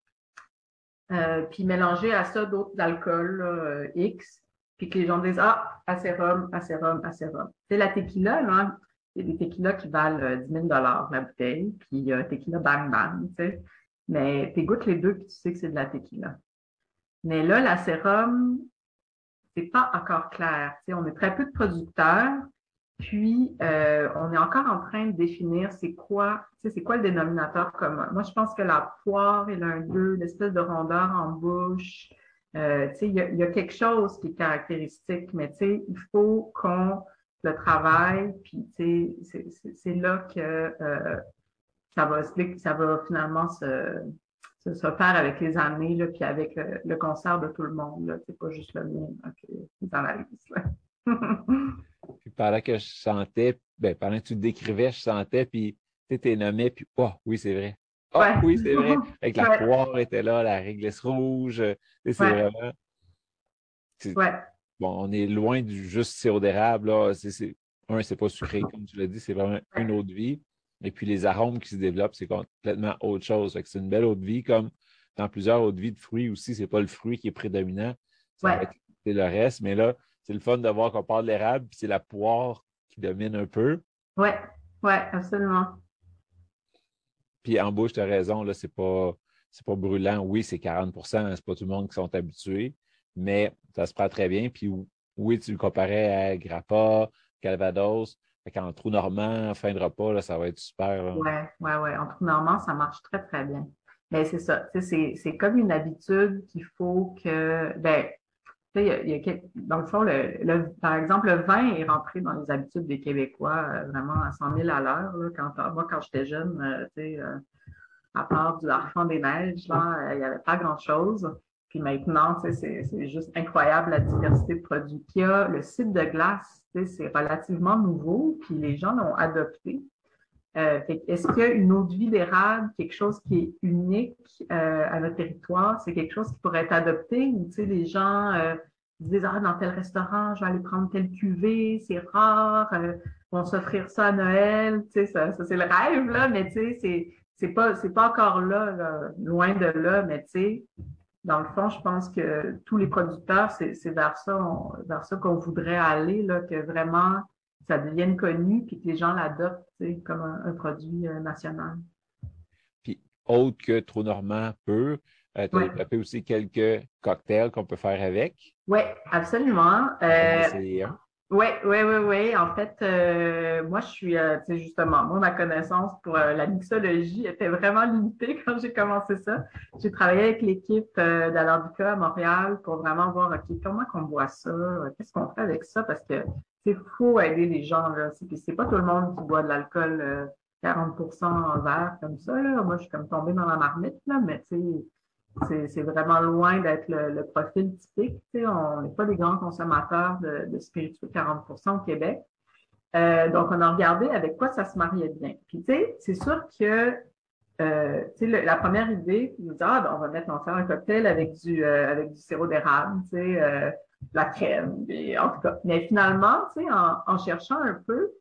euh, puis mélanger à ça d'autres alcools euh, X, puis que les gens disent, ah, acérum, acérum, acérum. C'est la tequila, là, il y a des tequilas qui valent euh, dix mille dollars la bouteille, puis il y a un tequila bang bang, tu sais. Mais tu goûtes les deux, puis tu sais que c'est de la tequila. Mais là, l'acérum, c'est pas encore clair. Tu sais, on est très peu de producteurs, puis euh, on est encore en train de définir c'est quoi, tu sais, c'est quoi le dénominateur commun. Moi, je pense que la poire et l'un d'eux, l'espèce de rondeur en bouche, Euh, tu sais, il y a, il y a quelque chose qui est caractéristique, mais tu sais, il faut qu'on le travaille, puis tu sais, c'est, c'est, c'est là que euh, ça va, ça va finalement se, se, se faire avec les années, là, puis avec le, le concert de tout le monde, là. C'est pas juste le mien, okay, dans la liste, là. Puis pendant que je chantais, ben, pendant que tu le décrivais, je sentais, puis tu t'es nommé, puis oh, oui, c'est vrai. Oh, Ouais. oui, c'est vrai. Avec la Ouais. poire était là, la réglisse rouge. Tu sais, c'est Ouais. vraiment. c'est- Ouais. Bon, on est loin du juste sirop d'érable, là. C'est, c'est, un, c'est pas sucré, comme tu l'as dit, c'est vraiment une eau de vie. Et puis les arômes qui se développent, c'est complètement autre chose. Fait que c'est une belle eau de vie, comme dans plusieurs eaux de vie de fruits aussi, c'est pas le fruit qui est prédominant, ça va Ouais. être c'est le reste. Mais là, c'est le fun de voir qu'on parle de l'érable, puis c'est la poire qui domine un peu. Ouais. Ouais, absolument. Puis en bouche, tu as raison, là, c'est pas, c'est pas brûlant. Oui, c'est quarante pour cent, c'est pas tout le monde qui sont habitués, mais ça se prend très bien. Puis oui, tu le comparais à Grappa, Calvados. Fait qu'en trou normand, fin de repas, là, ça va être super, là. Ouais, ouais, ouais. En trou normand, ça marche très, très bien. Mais c'est ça. Tu sais, c'est, c'est comme une habitude qu'il faut que, ben, tu sais, il y a, il y a quel- dans le fond, le, le- par exemple, le vin est rentré dans les habitudes des Québécois euh, vraiment à cent mille à l'heure, là. Quand, moi, quand j'étais jeune, euh, tu sais, euh, à part du Harfang des neiges, là, euh, il n'y avait pas grand-chose. Puis maintenant, tu sais, c'est, c'est juste incroyable la diversité de produits qu'il y a. Le site de glace, tu sais, c'est relativement nouveau, puis les gens l'ont adopté. Euh, fait, est-ce qu'une eau de vie d'érable, quelque chose qui est unique euh, à notre territoire, c'est quelque chose qui pourrait être adopté ou tu sais, les gens euh, disent ah dans tel restaurant, je vais aller prendre telle cuvée, c'est rare, euh, vont s'offrir ça à Noël, tu sais, ça, ça c'est le rêve là, mais tu sais, c'est c'est pas c'est pas encore là, là, loin de là, mais tu sais, dans le fond, je pense que tous les producteurs, c'est, c'est vers ça, on, vers ça qu'on voudrait aller, là, que vraiment ça devienne connu puis que les gens l'adoptent, tu sais, comme un, un produit euh, national. Puis autre que Trou Normand pur, euh, tu as Ouais, développé aussi quelques cocktails qu'on peut faire avec. ouais, absolument. On peut en Euh, essayer un. Ouais, ouais, ouais, ouais. En fait, euh, moi, je suis, euh, tu sais, justement, moi, ma connaissance pour euh, la mixologie était vraiment limitée quand j'ai commencé ça. J'ai travaillé avec l'équipe euh, d'Alambica à Montréal pour vraiment voir, OK, comment qu'on boit ça? Euh, Qu'est-ce qu'on fait avec ça? Parce que c'est fou aider les gens, là. C'est, puis c'est pas tout le monde qui boit de l'alcool euh, quarante pour cent en verre comme ça, là. Moi, je suis comme tombée dans la marmite, là, mais tu sais, c'est, c'est vraiment loin d'être le, le profil typique. Tu sais, on n'est pas des grands consommateurs de, de spiritueux quarante pour cent au Québec. Euh, donc, on a regardé avec quoi ça se mariait bien. Puis, tu sais, c'est sûr que euh, tu sais, le- la première idée, c'est de dire, ah, ben, on va mettre, on va faire un cocktail avec du, euh, avec du sirop d'érable, tu sais, euh, la crème, puis, en tout cas. Mais finalement, tu sais, en, en cherchant un peu,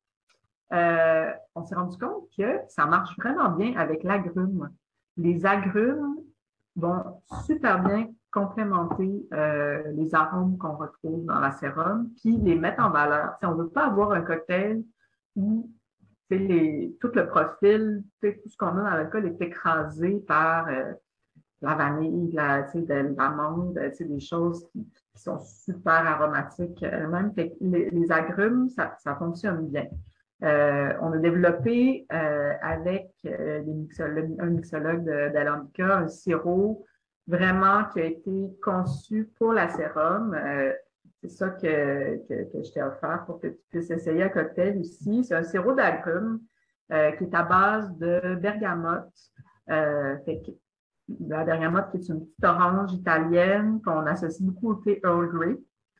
euh, on s'est rendu compte que ça marche vraiment bien avec l'agrume. Les agrumes vont super bien complémenter euh, les arômes qu'on retrouve dans la sérum, puis les mettre en valeur. Si on ne veut pas avoir un cocktail où les, tout le profil, tout ce qu'on a dans l'alcool est écrasé par euh, la vanille, la, de l'amande, des choses qui, qui, sont super aromatiques elles-mêmes. Les, les agrumes, ça, ça fonctionne bien. Euh, on a développé euh, avec euh, des mixologues, un mixologue d'Alambica un sirop vraiment qui a été conçu pour la sérum. Euh, c'est ça que, que, que je t'ai offert pour que tu puisses essayer un cocktail aussi. C'est un sirop d'agrumes euh, qui est à base de bergamote. Euh, fait que la bergamote qui est une petite orange italienne qu'on associe beaucoup au thé Earl Grey.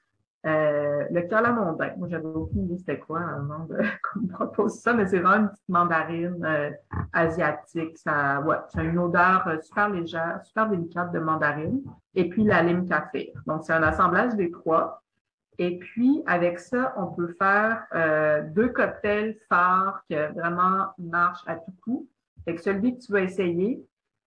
Euh, le calamondin, moi j'avais aucune idée c'était quoi avant de, qu'on me propose ça, mais c'est vraiment une petite mandarine euh, asiatique. Ça, ouais, ça a une odeur euh, super légère, super délicate de mandarine. Et puis la lime café. Donc c'est un assemblage des trois. Et puis avec ça, on peut faire euh, deux cocktails phares qui vraiment marchent à tout coup. Fait que celui que tu vas essayer,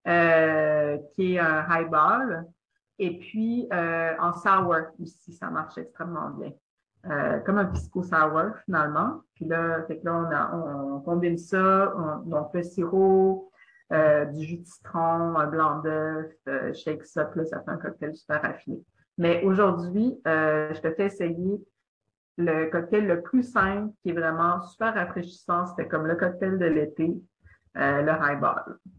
euh, qui est un highball, et puis euh, en sour aussi, ça marche extrêmement bien. Euh, comme un pisco sour finalement. Puis là, fait que là on, a, on, on combine ça, on, on fait sirop, euh, du jus de citron, un blanc d'œuf, euh, shake ça, puis là, ça fait un cocktail super raffiné. Mais aujourd'hui, euh, je te fais essayer le cocktail le plus simple, qui est vraiment super rafraîchissant. C'était comme le cocktail de l'été, euh, le highball.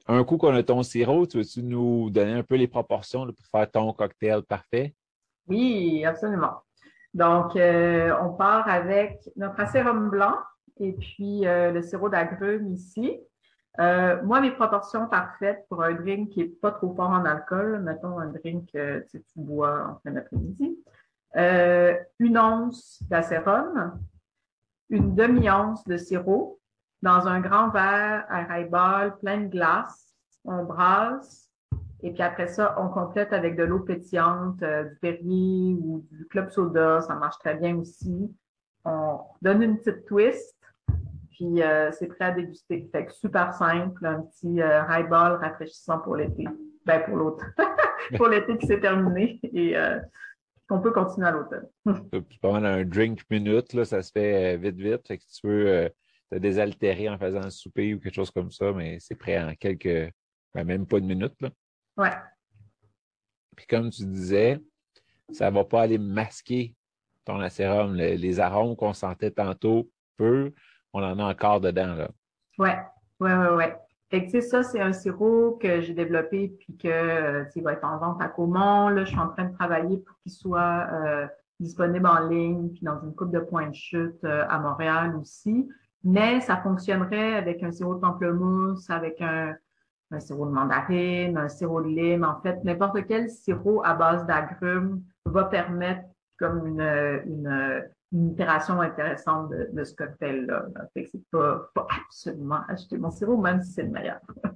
un coup qu'on a ton sirop, tu veux-tu nous donner un peu les proportions là, pour faire ton cocktail parfait? Oui, absolument. Donc, euh, on part avec notre acérum blanc et puis euh, le sirop d'agrumes ici. Euh, moi, mes proportions parfaites pour un drink qui est pas trop fort en alcool, mettons un drink que tu sais, tu bois en fin d'après-midi, euh, une once d'acérum, une demi-once de sirop dans un grand verre à highball plein de glace. On brasse et puis après ça, on complète avec de l'eau pétillante, euh, du Perrier ou du club soda. Ça marche très bien aussi. On donne une petite twist, puis euh, c'est prêt à déguster. Fait que super simple, un petit euh, highball rafraîchissant pour l'été. Ben pour l'autre, pour l'été qui s'est terminé et euh, qu'on peut continuer à l'automne. Puis pas mal un drink minute, là, ça se fait euh, vite, vite. Fait que si tu veux euh, te désaltérer en faisant un souper ou quelque chose comme ça, mais c'est prêt en quelques, ben, même pas une minute, là. Ouais. Puis comme tu disais, ça ne va pas aller masquer ton acérum. Le- les arômes qu'on sentait tantôt, peu, on en a encore dedans, là. Ouais, ouais, ouais, ouais. Fait que, tu sais, ça, c'est un sirop que j'ai développé puis que, euh, tu sais, il va être en vente à Caumont. Là, je suis en train de travailler pour qu'il soit euh, disponible en ligne puis dans une coupe de points de chute euh, à Montréal aussi. Mais ça fonctionnerait avec un sirop de pamplemousse, avec un, un sirop de mandarine, un sirop de lime. En fait, n'importe quel sirop à base d'agrumes va permettre comme une, une, une itération intéressante de, de ce cocktail-là. Là. Fait que c'est pas, pas absolument acheter mon sirop, même si c'est le meilleur.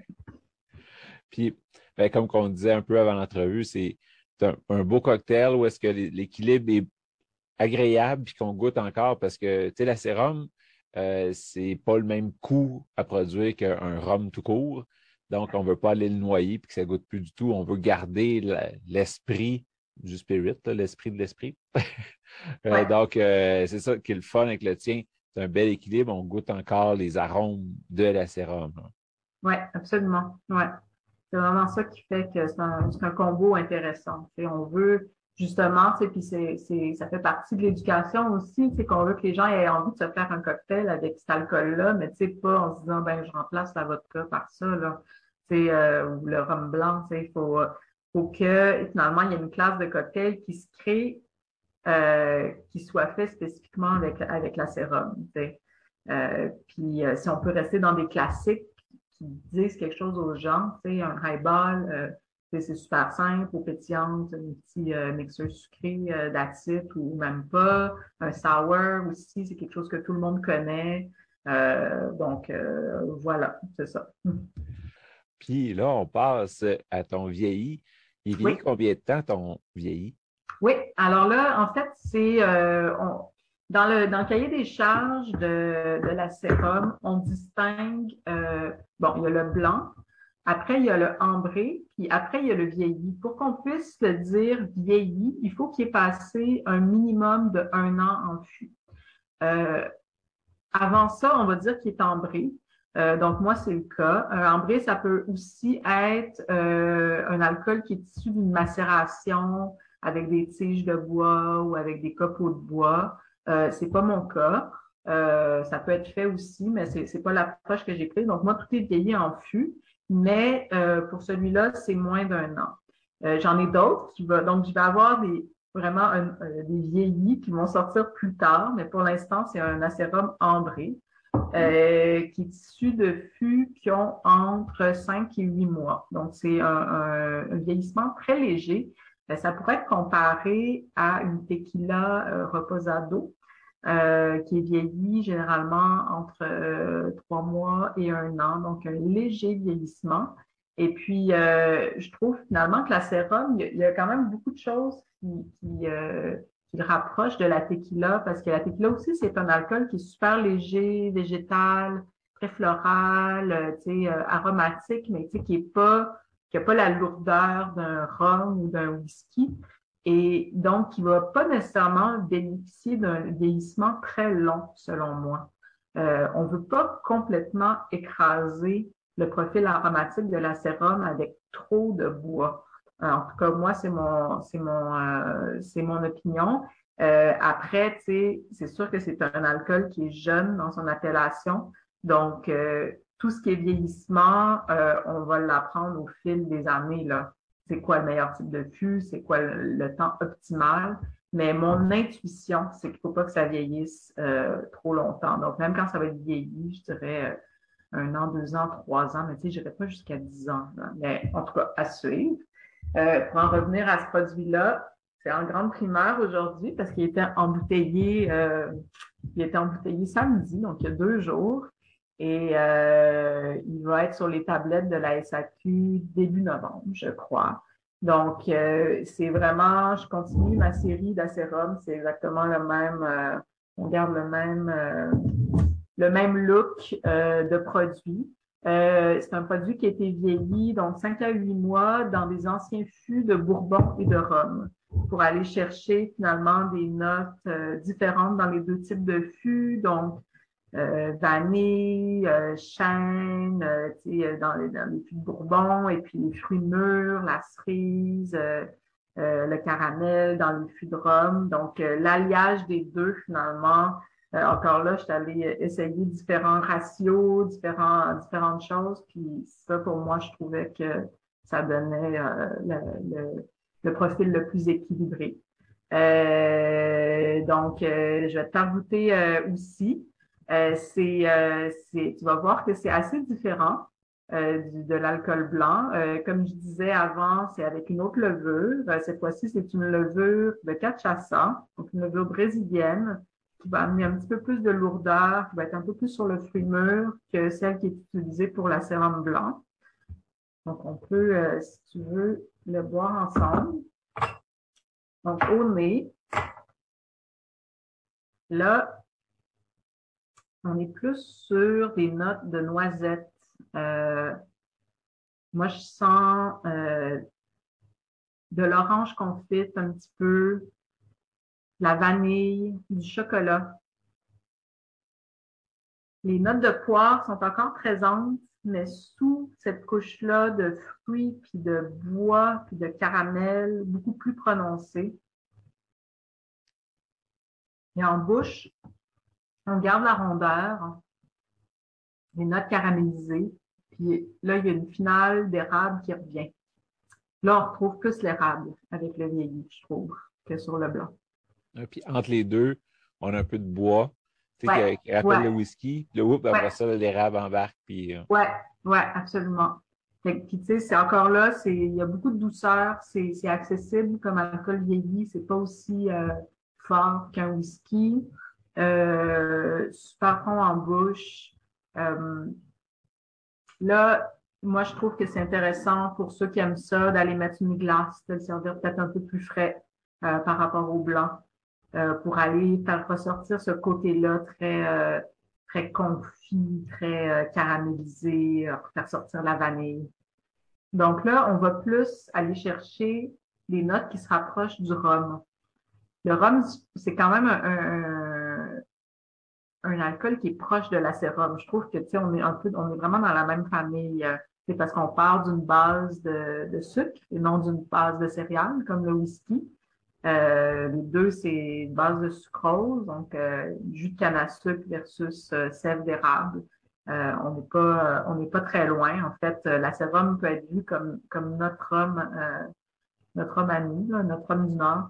Puis, ben, comme on disait un peu avant l'entrevue, c'est un, un beau cocktail où est-ce que l'équilibre est agréable puis qu'on goûte encore parce que, tu sais, la sérum, euh, c'est pas le même coût à produire qu'un rhum tout court. Donc, on veut pas aller le noyer puis que ça goûte plus du tout. On veut garder la- l'esprit du spirit, là, l'esprit de l'esprit. Euh, Ouais, donc, euh, c'est ça qui est le fun avec le tien. C'est un bel équilibre. On goûte encore les arômes de la sérum, là. ouais, absolument. Ouais. C'est vraiment ça qui fait que c'est un, c'est un combo intéressant. Tu sais, on veut justement, tu sais, puis c'est, c'est, ça fait partie de l'éducation aussi, c'est qu'on veut que les gens aient envie de se faire un cocktail avec cet alcool-là, mais tu sais, pas en se disant, ben, je remplace la vodka par ça, là. Tu sais, euh, ou le rhum blanc, tu sais, il faut, faut que, finalement, il y ait une classe de cocktail qui se crée, euh, qui soit fait spécifiquement avec, avec la sérum, tu sais. Euh, puis, euh, si on peut rester dans des classiques, qui disent quelque chose aux gens. Tu sais, un highball, euh, c'est super simple, eau pétillante, un petit euh, mixeur sucré euh, d'acide ou même pas. Un sour aussi, c'est quelque chose que tout le monde connaît. Euh, donc, euh, voilà, c'est ça. Puis là, on passe à ton vieilli. Il vieillit Oui, combien de temps, ton vieilli? oui. Alors là, en fait, c'est euh, on- dans le dans le cahier des charges de, de la sérum, on distingue euh, bon, il y a le blanc, après il y a le ambré, puis après il y a le vieilli. Pour qu'on puisse le dire vieilli, il faut qu'il ait passé un minimum de un an en fût. Euh, Avant ça, on va dire qu'il est ambré. Euh, donc, moi, c'est le cas. Un ambré, ça peut aussi être euh, un alcool qui est issu d'une macération avec des tiges de bois ou avec des copeaux de bois. Euh, c'est pas mon cas. Euh, ça peut être fait aussi, mais c'est c'est pas l'approche que j'ai prise. Donc, moi, tout est vieilli en fût, mais euh, pour celui-là, c'est moins d'un an. Euh, j'en ai d'autres qui va, donc je vais avoir des, vraiment un, un, des vieillis qui vont sortir plus tard, mais pour l'instant, c'est un acérum ambré euh, qui est issu de fûts qui ont entre cinq et huit mois. Donc, c'est un, un, un vieillissement très léger. Euh, ça pourrait être comparé à une tequila euh, reposado euh, qui est vieillie généralement entre euh, trois mois et un an, donc un léger vieillissement. Et puis, euh, je trouve finalement que la sérum, il y, a, il y a quand même beaucoup de choses qui, qui, euh, qui le rapprochent de la tequila, parce que la tequila aussi, c'est un alcool qui est super léger, végétal, très floral, euh, tu sais, euh, aromatique, mais tu sais, qui est pas, qui a pas la lourdeur d'un rhum ou d'un whisky. Et donc, il ne va pas nécessairement bénéficier d'un vieillissement très long, selon moi. Euh, on ne veut pas complètement écraser le profil aromatique de la sérum avec trop de bois. Euh, en tout cas, moi, c'est mon, c'est mon, euh, c'est mon opinion. Euh, après, tu sais, c'est sûr que c'est un alcool qui est jeune dans son appellation. Donc, euh, tout ce qui est vieillissement, euh, on va l'apprendre au fil des années, là. C'est quoi le meilleur type de fût, c'est quoi le, le temps optimal. Mais mon intuition, c'est qu'il ne faut pas que ça vieillisse euh, trop longtemps. Donc, même quand ça va être vieilli, je dirais euh, un an, deux ans, trois ans, mais tu sais, je n'irai pas jusqu'à dix ans. Là. Mais en tout cas, à suivre. Euh, pour en revenir à ce produit-là, c'est en grande primeur aujourd'hui parce qu'il était embouteillé, euh, il était embouteillé samedi, donc il y a deux jours. Et euh, il va être sur les tablettes de la S A Q début novembre, je crois. Donc, euh, c'est vraiment, je continue ma série d'acérums, c'est exactement le même, euh, on garde le même, euh, le même look euh, de produit. Euh, c'est un produit qui a été vieilli, donc cinq à huit mois, dans des anciens fûts de bourbon et de rhum, pour aller chercher finalement des notes euh, différentes dans les deux types de fûts, donc euh, vanille, euh, chêne, euh, dans, les, dans les fûts de bourbon, et puis les fruits mûrs, la cerise, euh, euh, le caramel dans les fûts de rhum. Donc, euh, l'alliage des deux, finalement, euh, encore là, je suis allée essayer différents ratios, différents, différentes choses, puis ça, pour moi, je trouvais que ça donnait euh, le, le, le profil le plus équilibré. Euh, donc, euh, je vais te faire goûter euh, aussi. Euh, c'est, euh, c'est, tu vas voir que c'est assez différent euh, du, de l'alcool blanc. Euh, comme je disais avant, c'est avec une autre levure. Euh, cette fois-ci, c'est une levure de cachaça, donc une levure brésilienne qui va amener un petit peu plus de lourdeur, qui va être un peu plus sur le fruit mûr que celle qui est utilisée pour la sérum blanc. Donc, on peut, euh, si tu veux, le boire ensemble. Donc, au nez, là, on est plus sur des notes de noisettes. Euh, moi, je sens euh, de l'orange confite un petit peu, la vanille, du chocolat. Les notes de poire sont encore présentes, mais sous cette couche-là de fruits, puis de bois, puis de caramel, beaucoup plus prononcée. Et en bouche, on garde la rondeur, les notes caramélisées, puis là, il y a une finale d'érable qui revient. Là, on retrouve plus l'érable avec le vieilli, je trouve, que sur le blanc. Et puis entre les deux, on a un peu de bois, tu sais, Ouais, qui, qui rappelle ouais, le whisky. Le whoop, après ouais, ça, l'érable embarque. Puis, euh, ouais, ouais, absolument. Fait que, puis, tu sais, c'est encore là, c'est, il y a beaucoup de douceur, c'est, c'est accessible comme alcool vieilli, c'est pas aussi euh, fort qu'un whisky. Euh, super bon en bouche. Euh, là, moi, je trouve que c'est intéressant pour ceux qui aiment ça d'aller mettre une glace, de le servir peut-être un peu plus frais euh, par rapport au blanc, euh, pour aller faire ressortir ce côté-là très, euh, très confit, très euh, caramélisé, euh, pour faire sortir la vanille. Donc là, on va plus aller chercher des notes qui se rapprochent du rhum. Le rhum, c'est quand même un, un, un alcool qui est proche de l'acérum. Je trouve que, tu sais, on est un peu, on est vraiment dans la même famille. C'est parce qu'on part d'une base de, de sucre et non d'une base de céréales, comme le whisky. Euh, les deux, c'est une base de sucrose, donc euh, jus de canne à sucre versus euh, sève d'érable. Euh, on n'est pas, on n'est pas très loin. En fait, euh, l'acérum peut être vu comme, comme notre rhum, euh, notre rhum ami, là, notre rhum du Nord.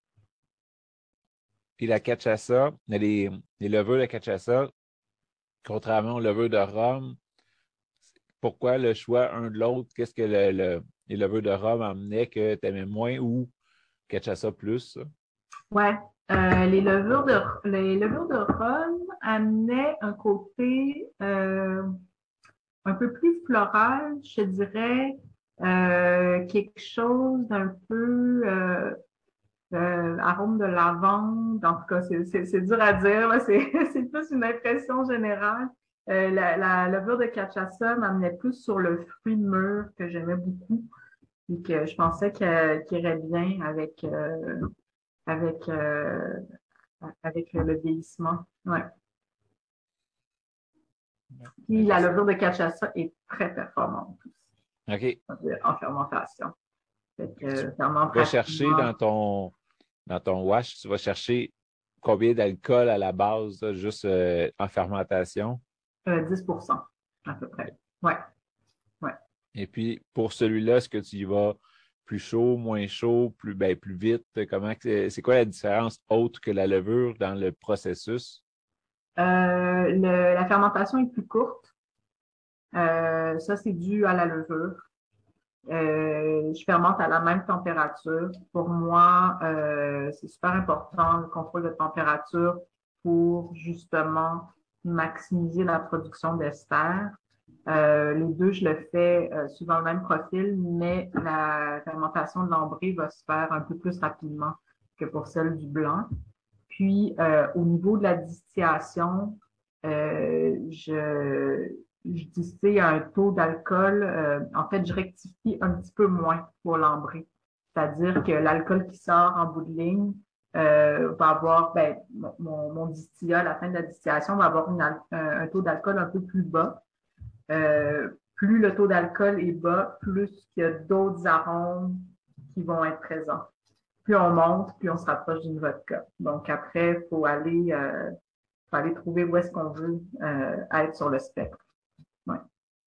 puis la cachaça, les, les levures de cachaça, contrairement aux levures de rhum, pourquoi le choix un de l'autre? Qu'est-ce que le, le, les levures de rhum amenaient que tu aimais moins ou cachaça plus? Ouais, euh, les levures de les levures de rhum amenaient un côté euh, un peu plus floral, je dirais, euh, quelque chose d'un peu euh, euh, arôme de lavande. En tout cas, c'est c'est c'est dur à dire, là, c'est c'est plus une impression générale. Euh, la, la levure de cachaça m'amenait plus sur le fruit mûr que j'aimais beaucoup et que je pensais que- qu'il irait bien avec euh, avec euh, avec le vieillissement. Ouais. Puis OK. la levure de cachaça est très performante OK. aussi en fermentation. Fait Fait que tu, que fermente tu vas chercher rapidement dans ton, dans ton wash, tu vas chercher combien d'alcool à la base, là, juste euh, en fermentation? euh, dix pour cent. à peu près. Ouais, ouais. Et puis, pour celui-là, est-ce que tu y vas plus chaud, moins chaud, plus, ben, plus vite? Comment, c'est, c'est quoi la différence autre que la levure dans le processus? Euh, le, la fermentation est plus courte. Euh, ça, c'est dû à la levure. Euh, je fermente à la même température. Pour moi, euh, c'est super important le contrôle de température pour justement maximiser la production d'ester. Euh, les deux, je le fais euh, suivant le même profil, mais la fermentation de l'ambré va se faire un peu plus rapidement que pour celle du blanc. Puis, euh, au niveau de la distillation, euh, je, je distille à un taux d'alcool. Euh, en fait, je rectifie un petit peu moins pour l'ambré. C'est-à-dire que l'alcool qui sort en bout de ligne euh, va avoir, ben, mon, mon distillat, à la fin de la distillation, va avoir une, un, un taux d'alcool un peu plus bas. Euh, plus le taux d'alcool est bas, plus il y a d'autres arômes qui vont être présents. Plus on monte, plus on se rapproche d'une vodka. Donc après, il faut aller, euh, faut aller trouver où est-ce qu'on veut euh, être sur le spectre. Ouais.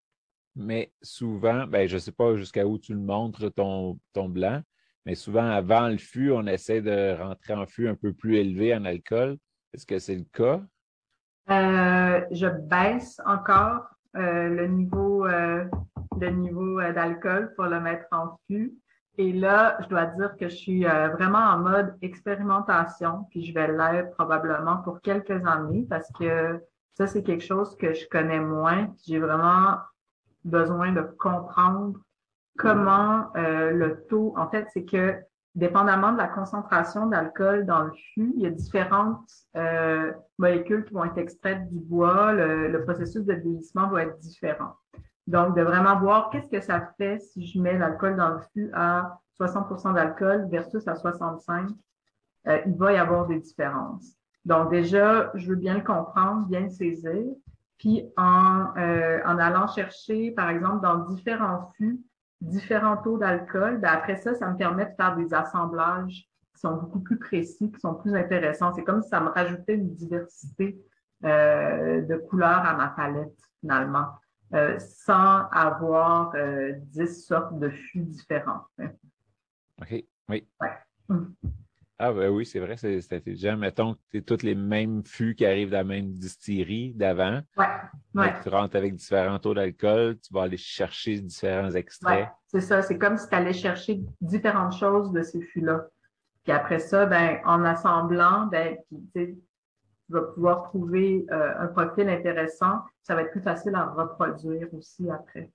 Mais souvent, ben, je ne sais pas jusqu'à où tu le montres, ton, ton blanc, mais souvent, avant le fût, on essaie de rentrer en fût un peu plus élevé en alcool. Est-ce que c'est le cas? Euh, je baisse encore euh, le niveau, euh, le niveau euh, d'alcool pour le mettre en fût. Et là, je dois dire que je suis euh, vraiment en mode expérimentation, puis je vais l'être probablement pour quelques années parce que ça, c'est quelque chose que je connais moins. J'ai vraiment besoin de comprendre comment euh, le taux, en fait, c'est que dépendamment de la concentration d'alcool dans le fût, il y a différentes euh, molécules qui vont être extraites du bois. Le, le processus de vieillissement va être différent. Donc, de vraiment voir qu'est-ce que ça fait si je mets l'alcool dans le fût à soixante pour cent d'alcool versus à soixante-cinq, euh, il va y avoir des différences. Donc, déjà, je veux bien le comprendre, bien le saisir. Puis, en, euh, en allant chercher, par exemple, dans différents fûts, différents taux d'alcool, ben après ça, ça me permet de faire des assemblages qui sont beaucoup plus précis, qui sont plus intéressants. C'est comme si ça me rajoutait une diversité euh, de couleurs à ma palette, finalement, euh, sans avoir euh, dix sortes de fûts différents. OK, oui. Ouais. Ah, ben oui, c'est vrai, c'est, c'est intelligent. Mettons que c'est tous les mêmes fûts qui arrivent de la même distillerie d'avant, Ouais, mais ouais. que tu rentres avec différents taux d'alcool, tu vas aller chercher différents Ouais, extraits. c'est ça. C'est comme si tu allais chercher différentes choses de ces fûts-là. Puis après ça, ben, en assemblant, ben, puis, tu sais, tu vas pouvoir trouver euh, un profil intéressant. Ça va être plus facile à reproduire aussi après.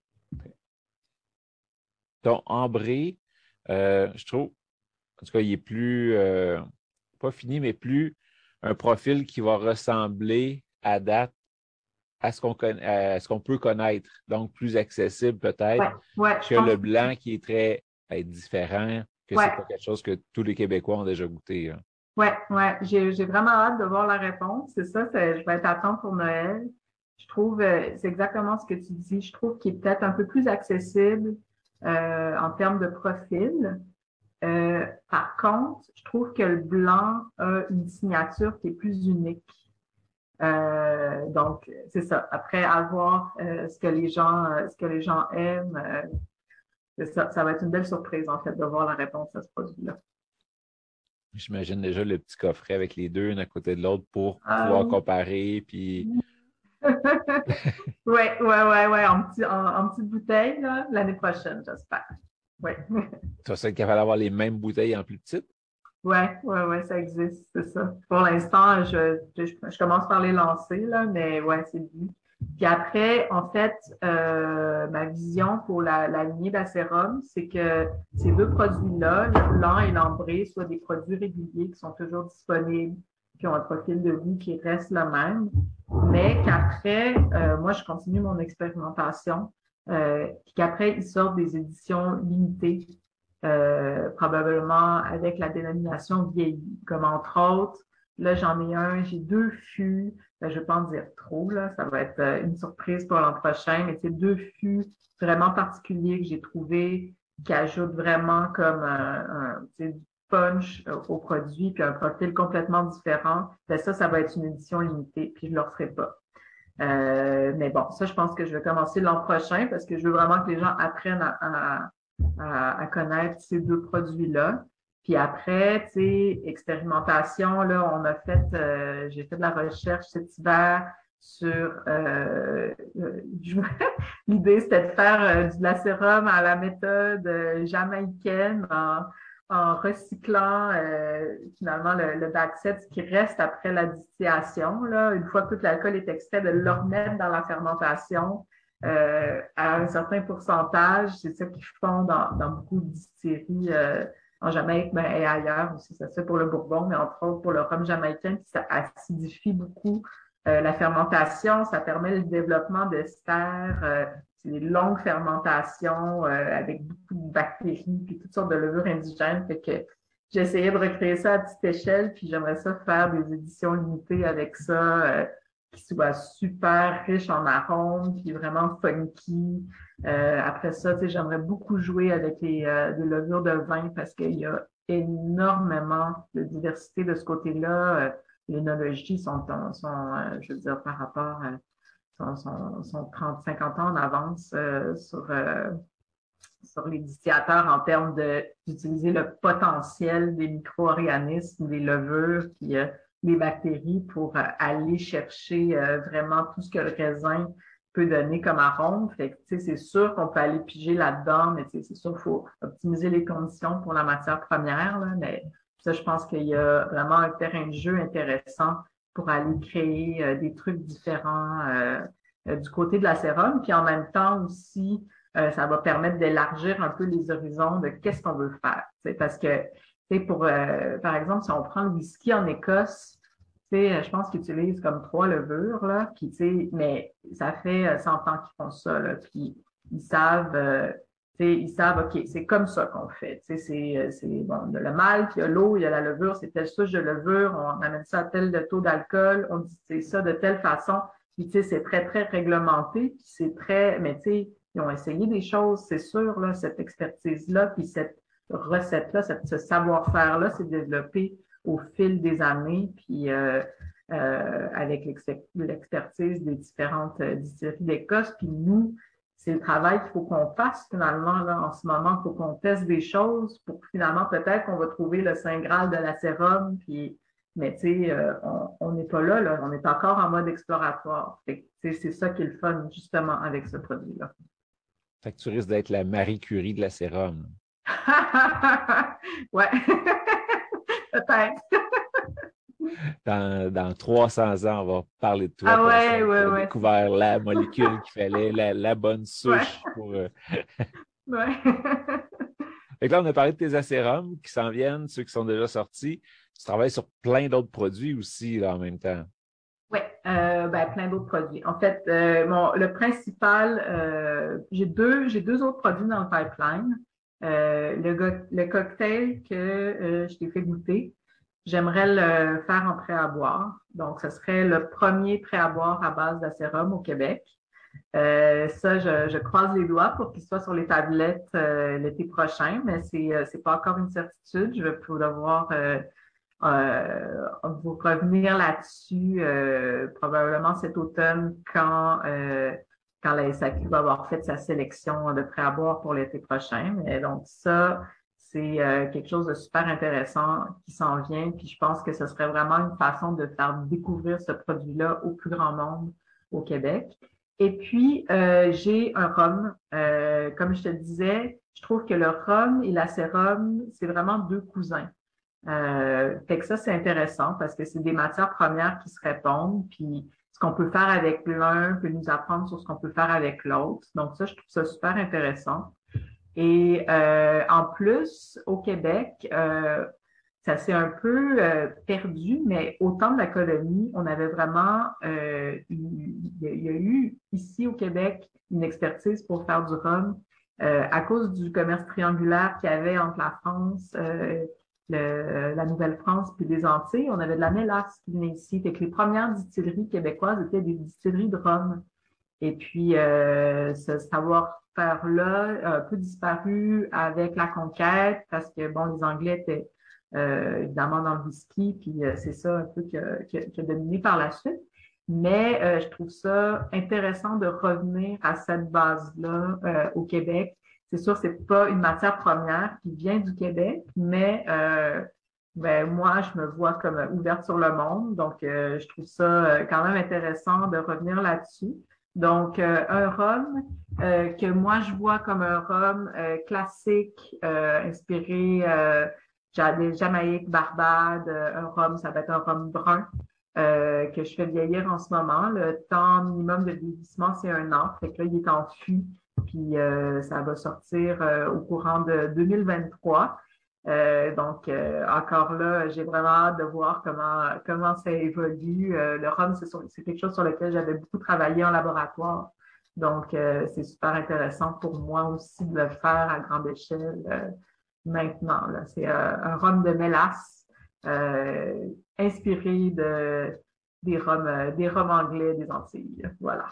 Ton ambré, euh, je trouve, en tout cas, il est plus, euh, pas fini, mais plus un profil qui va ressembler à date à ce qu'on connaît, à ce qu'on peut connaître. Donc, plus accessible peut-être Ouais, ouais, je que le pense. blanc qui est très ben, différent, que c'est Ouais, pas quelque chose que tous les Québécois ont déjà goûté, hein. ouais, ouais. J'ai, j'ai vraiment hâte de voir la réponse. C'est ça, c'est, je vais être à temps pour Noël. Je trouve, euh, c'est exactement ce que tu dis. Je trouve qu'il est peut-être un peu plus accessible euh, en termes de profil. Euh, par contre, je trouve que le blanc a une signature qui est plus unique. Euh, donc, c'est ça. Après, à voir euh, ce que les gens, euh, ce que les gens aiment, euh, c'est ça. Ça va être une belle surprise, en fait, de voir la réponse à ce produit-là. J'imagine déjà le petit coffret avec les deux, un à côté de l'autre, pour Ah pouvoir oui. comparer. Puis, Ouais, ouais, ouais, ouais, en petit, en, en petite bouteille, là, l'année prochaine, j'espère. Ouais. tu vas être capable d'avoir les mêmes bouteilles en plus petites. Ouais, ouais, ouais, ça existe, c'est ça. Pour l'instant, je, je, je commence par les lancer, là, mais ouais, c'est lui. Puis après, en fait, euh, ma vision pour la, la lignée d'Acérum, c'est que ces deux produits-là, le blanc et l'ambré, soient des produits réguliers qui sont toujours disponibles, qui ont un profil de goût qui reste le même, mais qu'après, euh, moi, je continue mon expérimentation, euh, puis qu'après, ils sortent des éditions limitées euh, probablement avec la dénomination vieillie. Comme entre autres, là, j'en ai un, j'ai deux fûts, ben, je ne vais pas en dire trop, là, ça va être euh, une surprise pour l'an prochain, mais c'est deux fûts vraiment particuliers que j'ai trouvés qui ajoutent vraiment comme un, un du punch euh, au produit, puis un profil complètement différent. Ben, ça, ça va être une édition limitée, puis je ne le referai pas. Euh, mais bon, ça, je pense que je vais commencer l'an prochain parce que je veux vraiment que les gens apprennent à, à, à, à connaître ces deux produits-là. Puis après, tu sais, expérimentation, là, on a fait, euh, j'ai fait de la recherche cet hiver sur, euh, euh, l'idée, c'était de faire euh, du lacérum à la méthode euh, jamaïcaine en, en recyclant euh, finalement le, le back set, ce qui reste après la distillation. Là, une fois que tout l'alcool est extrait, de le remettre dans la fermentation euh, à un certain pourcentage. C'est ça qu'ils font dans, dans beaucoup de distilleries euh, en Jamaïque, mais et ailleurs aussi. Ça se fait pour le Bourbon, mais entre autres pour le rhum jamaïcain, puis ça acidifie beaucoup euh, la fermentation. Ça permet le développement d'esters. Euh, c'est des longues fermentations euh, avec beaucoup de bactéries puis toutes sortes de levures indigènes. Fait que j'ai essayé de recréer ça à petite échelle, puis j'aimerais ça faire des éditions limitées avec ça, euh, qui soient super riches en arômes, puis vraiment funky. Euh, après ça, tu sais, j'aimerais beaucoup jouer avec les euh, des levures de vin parce qu'il y a énormément de diversité de ce côté-là. Euh, l'énologie sont, sont euh, je veux dire, par rapport à sont, sont, sont trente, cinquante ans en avance euh, sur, euh, sur les distillateurs en termes de d'utiliser le potentiel des micro-organismes, des levures, puis euh, des bactéries pour euh, aller chercher euh, vraiment tout ce que le raisin peut donner comme arôme. Fait que, tu sais, c'est sûr qu'on peut aller piger là-dedans, mais tu sais, c'est sûr qu'il faut optimiser les conditions pour la matière première, là, mais ça, je pense qu'il y a vraiment un terrain de jeu intéressant pour aller créer euh, des trucs différents euh, euh, du côté de la sérum, puis en même temps aussi, euh, ça va permettre d'élargir un peu les horizons de qu'est-ce qu'on veut faire. T'sais, parce que, tu sais, pour, euh, par exemple, si on prend le whisky en Écosse, tu sais, je pense qu'ils utilisent comme trois levures, là, puis tu sais, mais ça fait cent ans qu'ils font ça, là, puis ils savent, euh, tu sais, ils savent, OK, c'est comme ça qu'on fait. Tu sais, c'est, c'est, bon, il y a le malt, il y a l'eau, il y a la levure, c'est telle souche de levure, on amène ça à tel taux d'alcool, on dit ça de telle façon, puis tu sais, c'est très, très réglementé, puis c'est très, mais tu sais, ils ont essayé des choses, c'est sûr, là, cette expertise-là, puis cette recette-là, cette, ce savoir-faire-là s'est développé au fil des années, puis euh, euh, avec l'expertise des différentes euh, distilleries d'Écosse. Puis nous, c'est le travail qu'il faut qu'on fasse finalement là, en ce moment. Il faut qu'on teste des choses pour finalement peut-être qu'on va trouver le Saint Graal de la sérum. Puis, mais tu sais, euh, on n'est pas là, là, on est encore en mode exploratoire. Fait que, c'est ça qui est le fun justement avec ce produit-là. Fait que tu risques d'être la Marie Curie de la sérum. Ouais, peut-être. Dans, dans trois cents ans, on va parler de toi. Ah ouais, ouais, tu as ouais. découvert la molécule qu'il fallait, la, la bonne souche Ouais. pour. Euh... Ouais. Fait que là, on a parlé de tes acérums qui s'en viennent, ceux qui sont déjà sortis. Tu travailles sur plein d'autres produits aussi là, en même temps. Oui, euh, ben, plein d'autres produits. En fait, euh, mon, le principal, euh, j'ai deux, j'ai deux autres produits dans le pipeline. Euh, le, go- le cocktail que euh, je t'ai fait goûter, j'aimerais le faire en prêt à boire. Donc, ce serait le premier prêt à boire à base d'acérum au Québec. Euh, ça, je, je croise les doigts pour qu'il soit sur les tablettes euh, l'été prochain, mais c'est euh, c'est pas encore une certitude. Je vais devoir euh, euh, vous revenir là-dessus euh, probablement cet automne quand euh, quand la S A Q va avoir fait sa sélection de prêts à boire pour l'été prochain. Mais donc ça, c'est euh, quelque chose de super intéressant qui s'en vient. Puis je pense que ce serait vraiment une façon de faire découvrir ce produit-là au plus grand nombre au Québec. Et puis, euh, j'ai un rhum. Euh, comme je te disais, je trouve que le rhum et la sérum, c'est vraiment deux cousins. Euh, fait que ça, c'est intéressant parce que c'est des matières premières qui se répondent, puis ce qu'on peut faire avec l'un peut nous apprendre sur ce qu'on peut faire avec l'autre. Donc ça, je trouve ça super intéressant. Et euh, en plus, au Québec, euh, ça s'est un peu euh, perdu, mais au temps de la colonie, on avait vraiment, euh, il y a eu ici au Québec une expertise pour faire du rhum euh, à cause du commerce triangulaire qu'il y avait entre la France, euh, le, la Nouvelle-France puis les Antilles. On avait de la mélasse qui venait ici. Fait que les premières distilleries québécoises étaient des distilleries de rhum. Et puis, euh, ce savoir-faire-là a un peu disparu avec la conquête parce que, bon, les Anglais étaient euh, évidemment dans le whisky, puis euh, c'est ça un peu qui a, qui a, qui a dominé par la suite. Mais euh, je trouve ça intéressant de revenir à cette base-là euh, au Québec. C'est sûr, c'est pas une matière première qui vient du Québec, mais euh, ben, moi, je me vois comme ouverte sur le monde. Donc, euh, je trouve ça euh, quand même intéressant de revenir là-dessus. Donc, euh, un rhum euh, que moi, je vois comme un rhum euh, classique, euh, inspiré euh, des Jamaïque, Barbade. Un rhum, ça va être un rhum brun euh, que je fais vieillir en ce moment. Le temps minimum de vieillissement, c'est un an. Fait que là, il est en fût. Puis, euh, ça va sortir euh, au courant de deux mille vingt-trois. Euh, donc, euh, encore là, j'ai vraiment hâte de voir comment comment ça évolue. Euh, le rhum, c'est, sur, c'est quelque chose sur lequel j'avais beaucoup travaillé en laboratoire. Donc, euh, c'est super intéressant pour moi aussi de le faire à grande échelle euh, maintenant. Là. C'est euh, un rhum de mélasse euh, inspiré de des rhums, euh, des rhums anglais des Antilles. Voilà.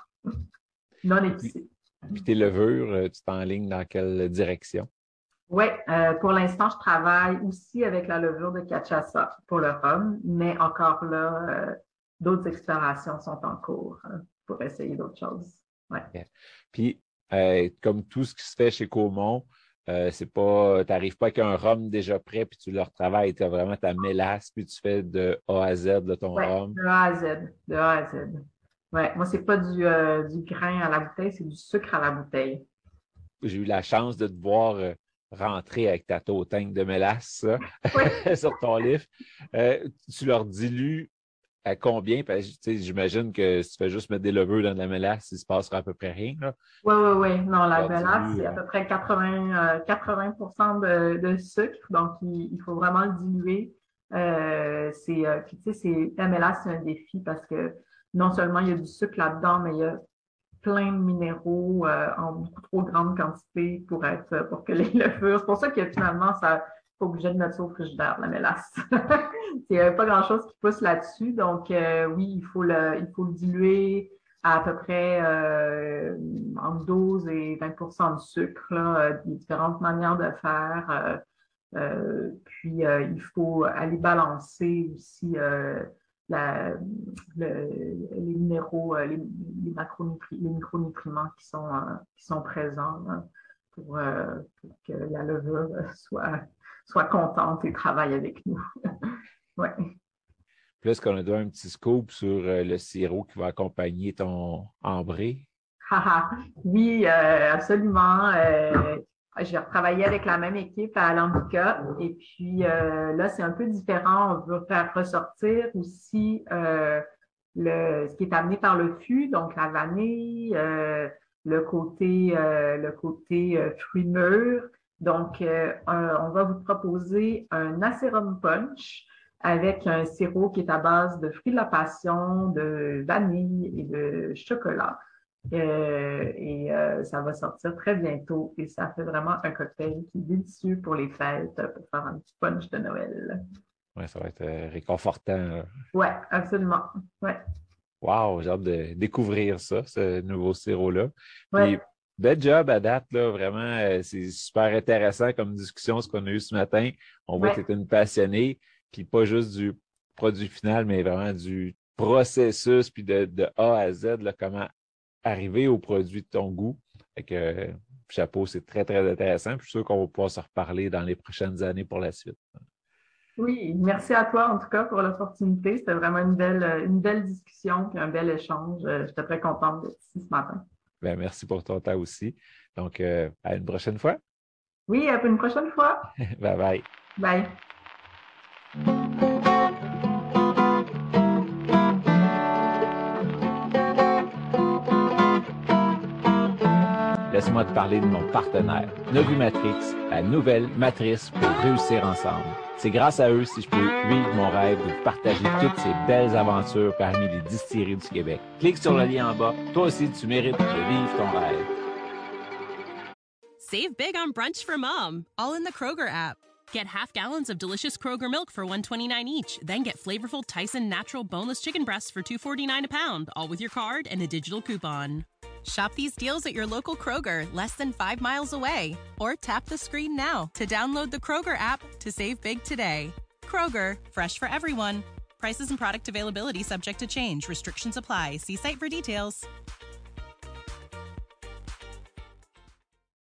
Non épicé. Puis tes levures, tu t'enlignes dans quelle direction? Oui, euh, pour l'instant, je travaille aussi avec la levure de cachaça pour le rhum, mais encore là, euh, d'autres explorations sont en cours euh, pour essayer d'autres choses. Ouais. Okay. Puis, euh, comme tout ce qui se fait chez Caumont, euh, c'est pas, t'arrives pas avec un rhum déjà prêt, puis tu le retravailles, tu as vraiment ta mélasse, puis tu fais de A à Z de ton Ouais, rhum. de A à Z, de A à Z. Ouais, moi, c'est pas du, euh, du grain à la bouteille, c'est du sucre à la bouteille. J'ai eu la chance de te voir euh, rentrer avec ta totane de mélasse Oui. sur ton livre. Euh, tu leur dilues à combien? Parce que j'imagine que si tu fais juste mettre des levures dans de la mélasse, il se passera à peu près rien. Là. Oui, oui, oui. Non, la Alors, mélasse, dilue, c'est à euh... peu près quatre-vingts, euh, quatre-vingts pour cent de, de sucre. Donc, il, il faut vraiment le diluer. Euh, c'est, euh, puis, tu sais, c'est, la mélasse, c'est un défi parce que non seulement il y a du sucre là-dedans, mais il y a plein de minéraux euh, en beaucoup trop grande quantité pour être pour que les levures. C'est pour ça que finalement, ça pas obligé de mettre ça au frigidaire, la mélasse. Il n'y a pas grand-chose qui pousse là-dessus. Donc, euh, oui, il faut le, il faut le diluer à à peu près euh, entre douze et vingt pour cent de sucre, là, des différentes manières de faire. Euh, euh, puis, euh, il faut aller balancer aussi euh, la, le, les minéraux, les, les, macronutri- les micronutriments qui sont, euh, qui sont présents là, pour, euh, pour que la levure soit, soit contente et travaille avec nous. Ouais. Puis est-ce qu'on a donné un petit scoop sur euh, le sirop qui va accompagner ton ambré? Oui, euh, absolument. Euh, j'ai retravaillé avec la même équipe à Alambica et puis euh, là, c'est un peu différent. On veut faire ressortir aussi euh, le, ce qui est amené par le fût, donc la vanille, euh, le côté, euh, le côté euh, fruits mûrs. Donc, euh, un, on va vous proposer un acérum punch avec un sirop qui est à base de fruits de la passion, de vanille et de chocolat. Euh, et euh, ça va sortir très bientôt et ça fait vraiment un cocktail qui est délicieux pour les fêtes, pour faire un petit punch de Noël. Oui, ça va être euh, réconfortant. Oui, absolument. Ouais. Wow, j'ai hâte de découvrir ça, ce nouveau sirop-là. Puis, Ouais. bel job à date, là, vraiment, euh, c'est super intéressant comme discussion, ce qu'on a eu ce matin. On voit ouais. que tu es une passionnée, puis pas juste du produit final, mais vraiment du processus, puis de, de A à Z, là, comment arriver au produit de ton goût. Fait que, euh, chapeau, c'est très, très intéressant. Puis je suis sûr qu'on va pouvoir se reparler dans les prochaines années pour la suite. Oui, merci à toi en tout cas pour l'opportunité. C'était vraiment une belle, une belle discussion puis un bel échange. J'étais très contente d'être ici ce matin. Bien, merci pour ton temps aussi. Donc, euh, à une prochaine fois. Oui, à une prochaine fois. Bye bye. Bye. Laisse-moi te parler de mon partenaire, Novumatrix, la nouvelle matrice pour réussir ensemble. C'est grâce à eux si je peux vivre mon rêve de vous partager toutes ces belles aventures parmi les distilleries du Québec. Clique sur le lien en bas. Toi aussi, tu mérites de vivre ton rêve. Save big on brunch for mom, all in the Kroger app. Get half gallons of delicious Kroger milk for one twenty-nine each, then get flavorful Tyson natural boneless chicken breasts for two forty-nine a pound, all with your card and a digital coupon. Shop these deals at your local Kroger, less than five miles away. Or tap the screen now to download the Kroger app to save big today. Kroger, fresh for everyone. Prices and product availability subject to change. Restrictions apply. See site for details.